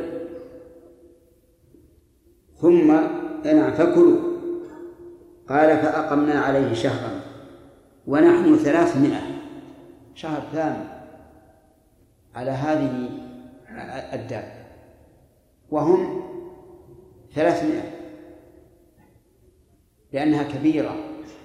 ثم فكلوا. قال فأقمنا عليه شهرا ونحن 300، شهر ثامن على هذه الدار، وهم 300 لأنها كبيرة.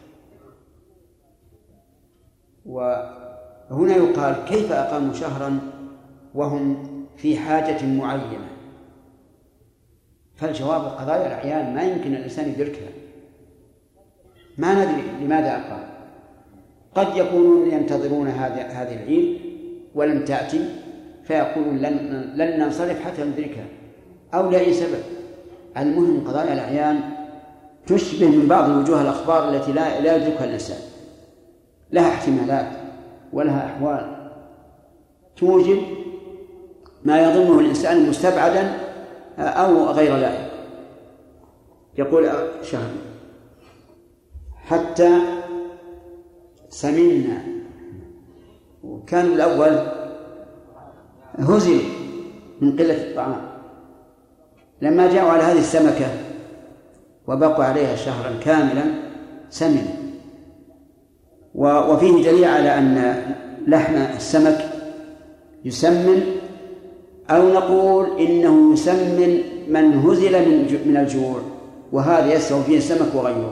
وهنا يقال كيف أقاموا شهرا وهم في حاجة معينة؟ فالجواب قضايا الأعيان ما يمكن الإنسان يدركها، ما ندري لماذا أقام. قد يكونون ينتظرون هذه العيد ولم تأتي فيقولون لن ننصرف حتى ندركها، أو لأي سبب. المهم قضايا الأعيان تشبه من بعض وجوه الأخبار التي لا يدركها الإنسان، لها احتمالات ولها أحوال توجب ما يظنه الإنسان مستبعدا أو غير لائق. يقول شهر حتى سمنا، وكان الأول هزل من قلة الطعام، لما جاءوا على هذه السمكة وبقوا عليها شهرا كاملا سمن. وفيه دليل على أن لحم السمك يسمن، أو نقول إنه يسمن من هزل من الجوع، وهذا يسوى فيه السمك وغيره.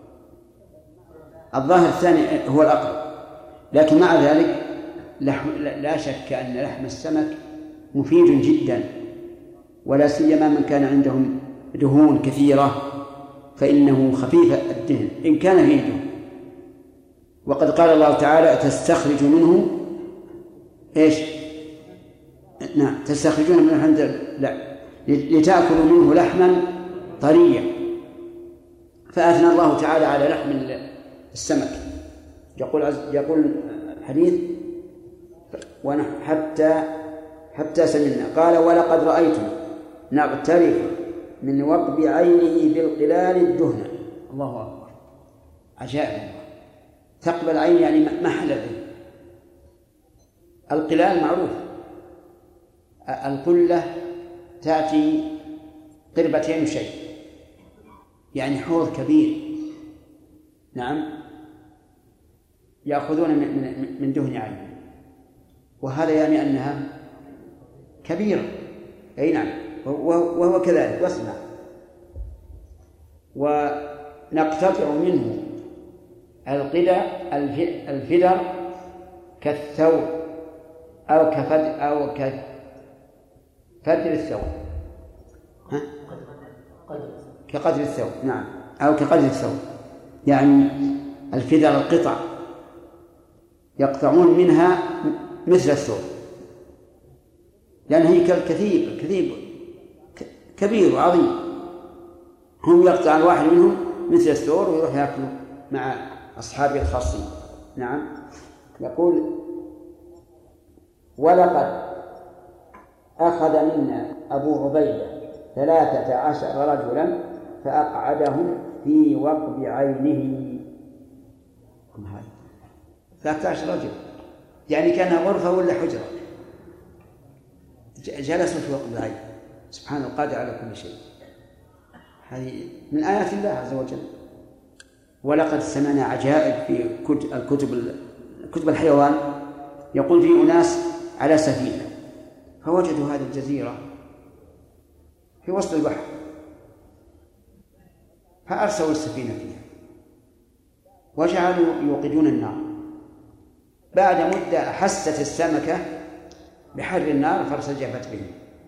الظاهر الثاني هو الأقرب، لكن مع ذلك لا شك أن لحم السمك مفيد جدا، ولا سيما من كان عندهم دهون كثيرة فإنه خفيف الدهن إن كان فيه دهن. وقد قال الله تعالى تستخرج منه إيش؟ نعم، تستخرجون منه لتأكلوا منه لحما طريا. فأثنى الله تعالى على لحم السمك. يقول الحديث ونحن حتى سمعنا. قال ولقد رأيتم نغترف من وقب عينه بالقلال الدهن. الله أكبر. عجائب الله. ثقب العين يعني محل العين. القلال معروف، القلة تأتي قربتين شيء، يعني حوض كبير، نعم، يأخذون من دهن عين، وهذا يعني أنها كبيرة. أي نعم، وهو كذلك. واسمع، ونقتطع منه الفدر كالثوب أو كفدر الثوب، كقدر الثوب، نعم، أو كقدر الثوب، يعني الفدر القطع يقطعون منها مثل الثوب، لأن هي كثيب كبير وعظيم، هم يقطع الواحد منهم مثل الثور ويروح يأكلوا مع أصحابه الخاصين. نعم. يقول: ولقد أخذ منا أبو عبيدة 13 رجلا فأقعدهم في وقب عينه. 13 رجل يعني كان غرفة ولا حجرة، جلسوا في وقب العين. سبحان القادر على كل شيء. هذه من آيات الله عز وجل. ولقد سمعنا عجائب في كتب الحيوان. يقول في أناس على سفينة فوجدوا هذه الجزيرة في وسط البحر، فأرسلوا السفينة فيها وجعلوا يوقدون النار. بعد مدة أحست السمكة بحر النار فارتجفت به.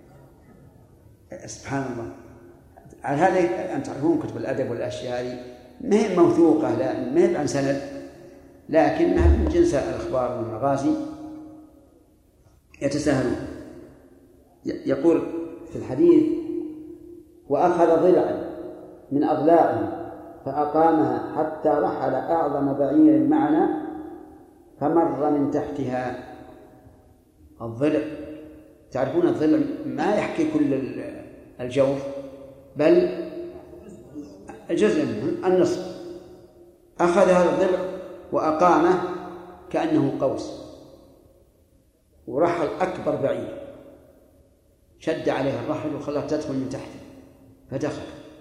سبحان الله. على هذا أن تعرفون كتب الأدب والأشياء ما هي موثوقة، لا ما هي عن سند، لكنها من جنس الأخبار والمغازي يتساهلون. يقول في الحديث: وأخذ ضلعا من أضلاعه فأقامها حتى رحل أعظم بعير معنا فمر من تحتها. الضلع تعرفون الضلع ما يحكي كل الجوف، بل جزء منه، النصف. أخذ هذا الضلع وأقامه كأنه قوس ورحل أكبر بعير، شد عليها الرحل وخلاها تدخل من تحته فدخل.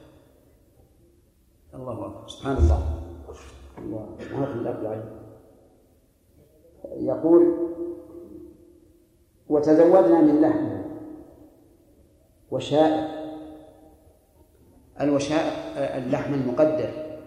الله أكبر. سبحان الله. يقول: وتزودنا من لحمه وشائع. الوشائع اللحم المقدر،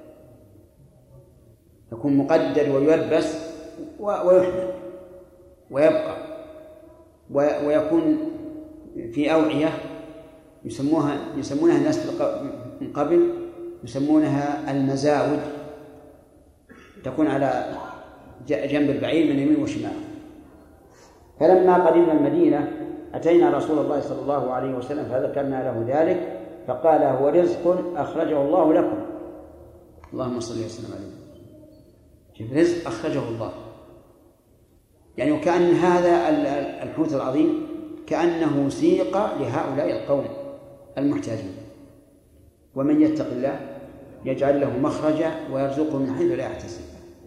يكون مقدر ويلبس ويحمل ويبقى، ويكون في أوعية يسمونها الناس من قبل يسمونها المزاود، تكون على جنب البعير من يمين وشمال. فلما قدمنا المدينة أتينا رسول الله صلى الله عليه وسلم فذكرنا له ذلك فقال: هو رزق أخرجه الله لكم. اللهم صل وسلم عليه. شوف، رزق أخرجه الله، يعني وكأن هذا الحوت العظيم كأنه سيق لهؤلاء القوم المحتاجين. ومن يتق الله يجعل له مخرجا ويرزقه من حيث لا يحتسب.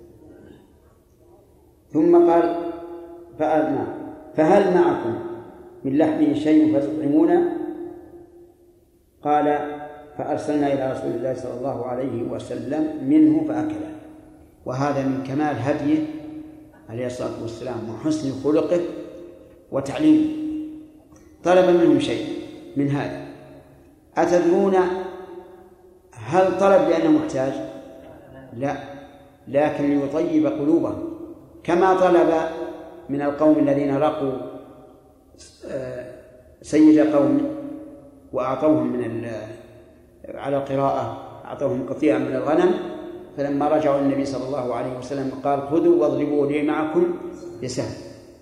ثم قال: فهل معكم من لحمه شيء فتطعمونه؟ قال: فأرسلنا إلى رسول الله صلى الله عليه وسلم منه فأكله. وهذا من كمال هديه عليه الصلاة والسلام وحسن خلقه وتعليمه. طلب منهم شيء من هذا. أتدرون هل طلب لأنه محتاج؟ لا، لكن ليطيب قلوبهم، كما طلب من القوم الذين رقوا سيد قوم وأعطوهم على قراءة أعطوهم قطيعا من الغنم، فلما رجعوا النبي صلى الله عليه وسلم قال: خذوا واضربوا لي معكم بسهم.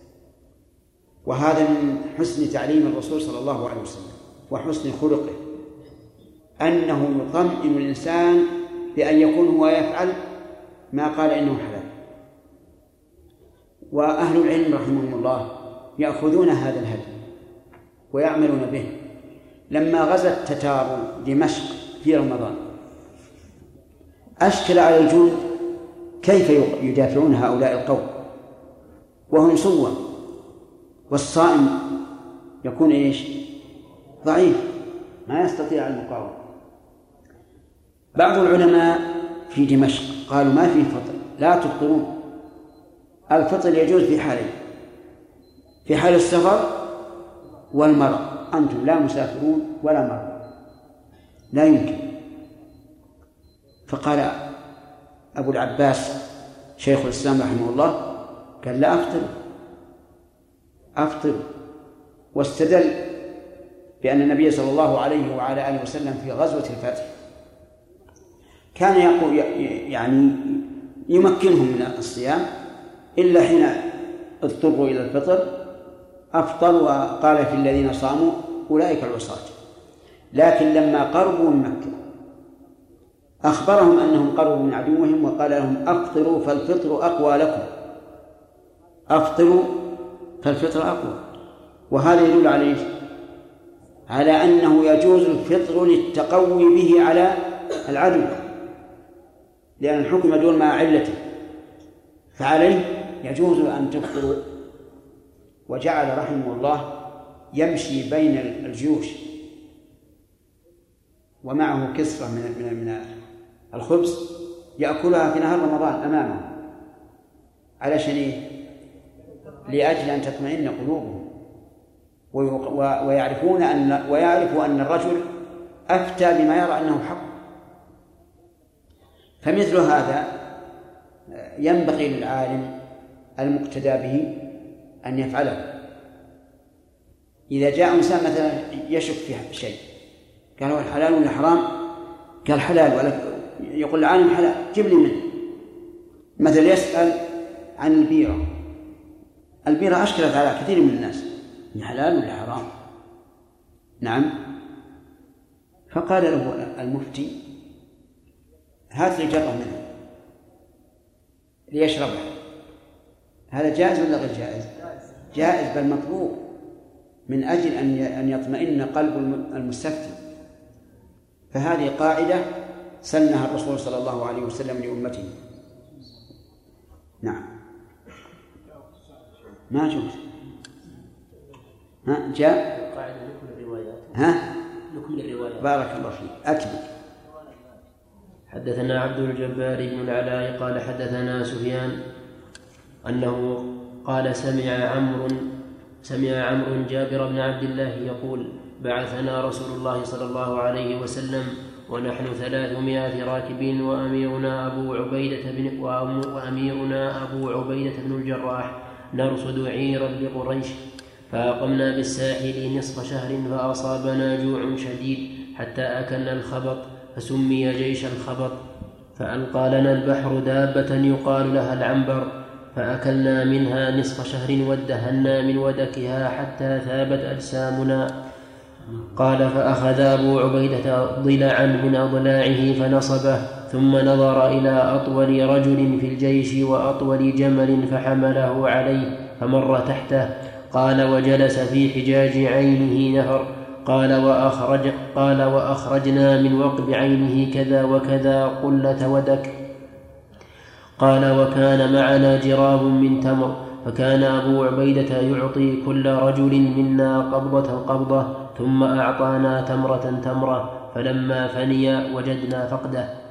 وهذا من حسن تعليم الرسول صلى الله عليه وسلم وحسن خلقه، أنه يطمئن الإنسان بأن يكون هو يفعل ما قال إنه حلال. وأهل العلم رحمهم الله يأخذون هذا الهدي ويعملون به. لما غزت تتار دمشق في رمضان أشكل على الجند كيف يدافعون هؤلاء القوم وهم صور؟ والصائم يكون إيش؟ ضعيف ما يستطيع المقاومة. بعض العلماء في دمشق قالوا ما فيه فطر، لا تفطرون. الفطر يجوز في حالين: في حال السفر والمرض، أنتم لا مسافرون ولا مرضى، لا يمكن. فقال أبو العباس شيخ الإسلام رحمه الله قال لا أفطر، واستدل بأن النبي صلى الله عليه وعلى آله وسلم في غزوة الفتح كان يقول يعني يمكنهم من الصيام إلا حين اضطروا إلى الفطر أفطر، وقال في الذين صاموا أولئك العصاة. لكن لما قربوا من مكة أخبرهم أنهم قربوا من عدوهم وقال لهم أفطروا فالفطر أقوى لكم، أفطروا فالفطر أقوى. وهذا يدل على أنه يجوز الفطر للتقوي به على العدو، لأن الحكم يدور مع علته، فعليه يجوز أن تفطروا. وجعل رحمه الله يمشي بين الجيوش ومعه كسرة من الخبز يأكلها في نهار رمضان أمامه، علشان لأجل أن تطمئن قلوبهم ويعرفوا أن الرجل أفتى بما يرى أنه حق. فمثل هذا ينبغي للعالم المقتدى به أن يفعله. إذا جاء إنسان مثلا يشك في شيء قال هو الحلال ولا حرام؟ قال حلال، ولا يقول العالم حلال جيب لي منه. مثلا يسأل عن البيرة أشكلت على كثير من الناس، حلال ولا حرام؟ نعم. فقال له المفتي هات لي جرة منها ليشربها. هذا جائز ولا غير جائز؟ جائز، بل مطلوب من أجل أن يطمئن قلب المستفتي. فهذه قاعدة سنها الرسول صلى الله عليه وسلم لأمته. نعم. ما جوز. جاء قاعدة لكل الروايات. لكل الروايات. بارك الله فيك. أكمل. حدثنا عبد الجبار بن العلاء قال حدثنا سفيان أنه قال سمع عمرو جابر بن عبد الله يقول بعثنا رسول الله صلى الله عليه وسلم ونحن 300 راكب وأميرنا أبو عبيدة بن الجراح نرصد عيرا لقريش، فأقمنا بالساحل نصف شهر فأصابنا جوع شديد حتى أكلنا الخبط فسمي جيش الخبط. فألقى لنا البحر دابة يقال لها العنبر فأكلنا منها نصف شهر وادهنا من ودكها حتى ثابت أجسامنا. قال فأخذ أبو عبيدة ضلعا من أضلاعه فنصبه، ثم نظر إلى أطول رجل في الجيش وأطول جمل فحمله عليه فمر تحته. قال وجلس في حجاج عينه نهر. قال وأخرجنا من وقب عينه كذا وكذا قلة ودك. قال وكان معنا جراب من تمر، فكان أبو عبيدة يعطي كل رجل منا قبضة ثم أعطانا تمرة، فلما فني وجدنا فقده.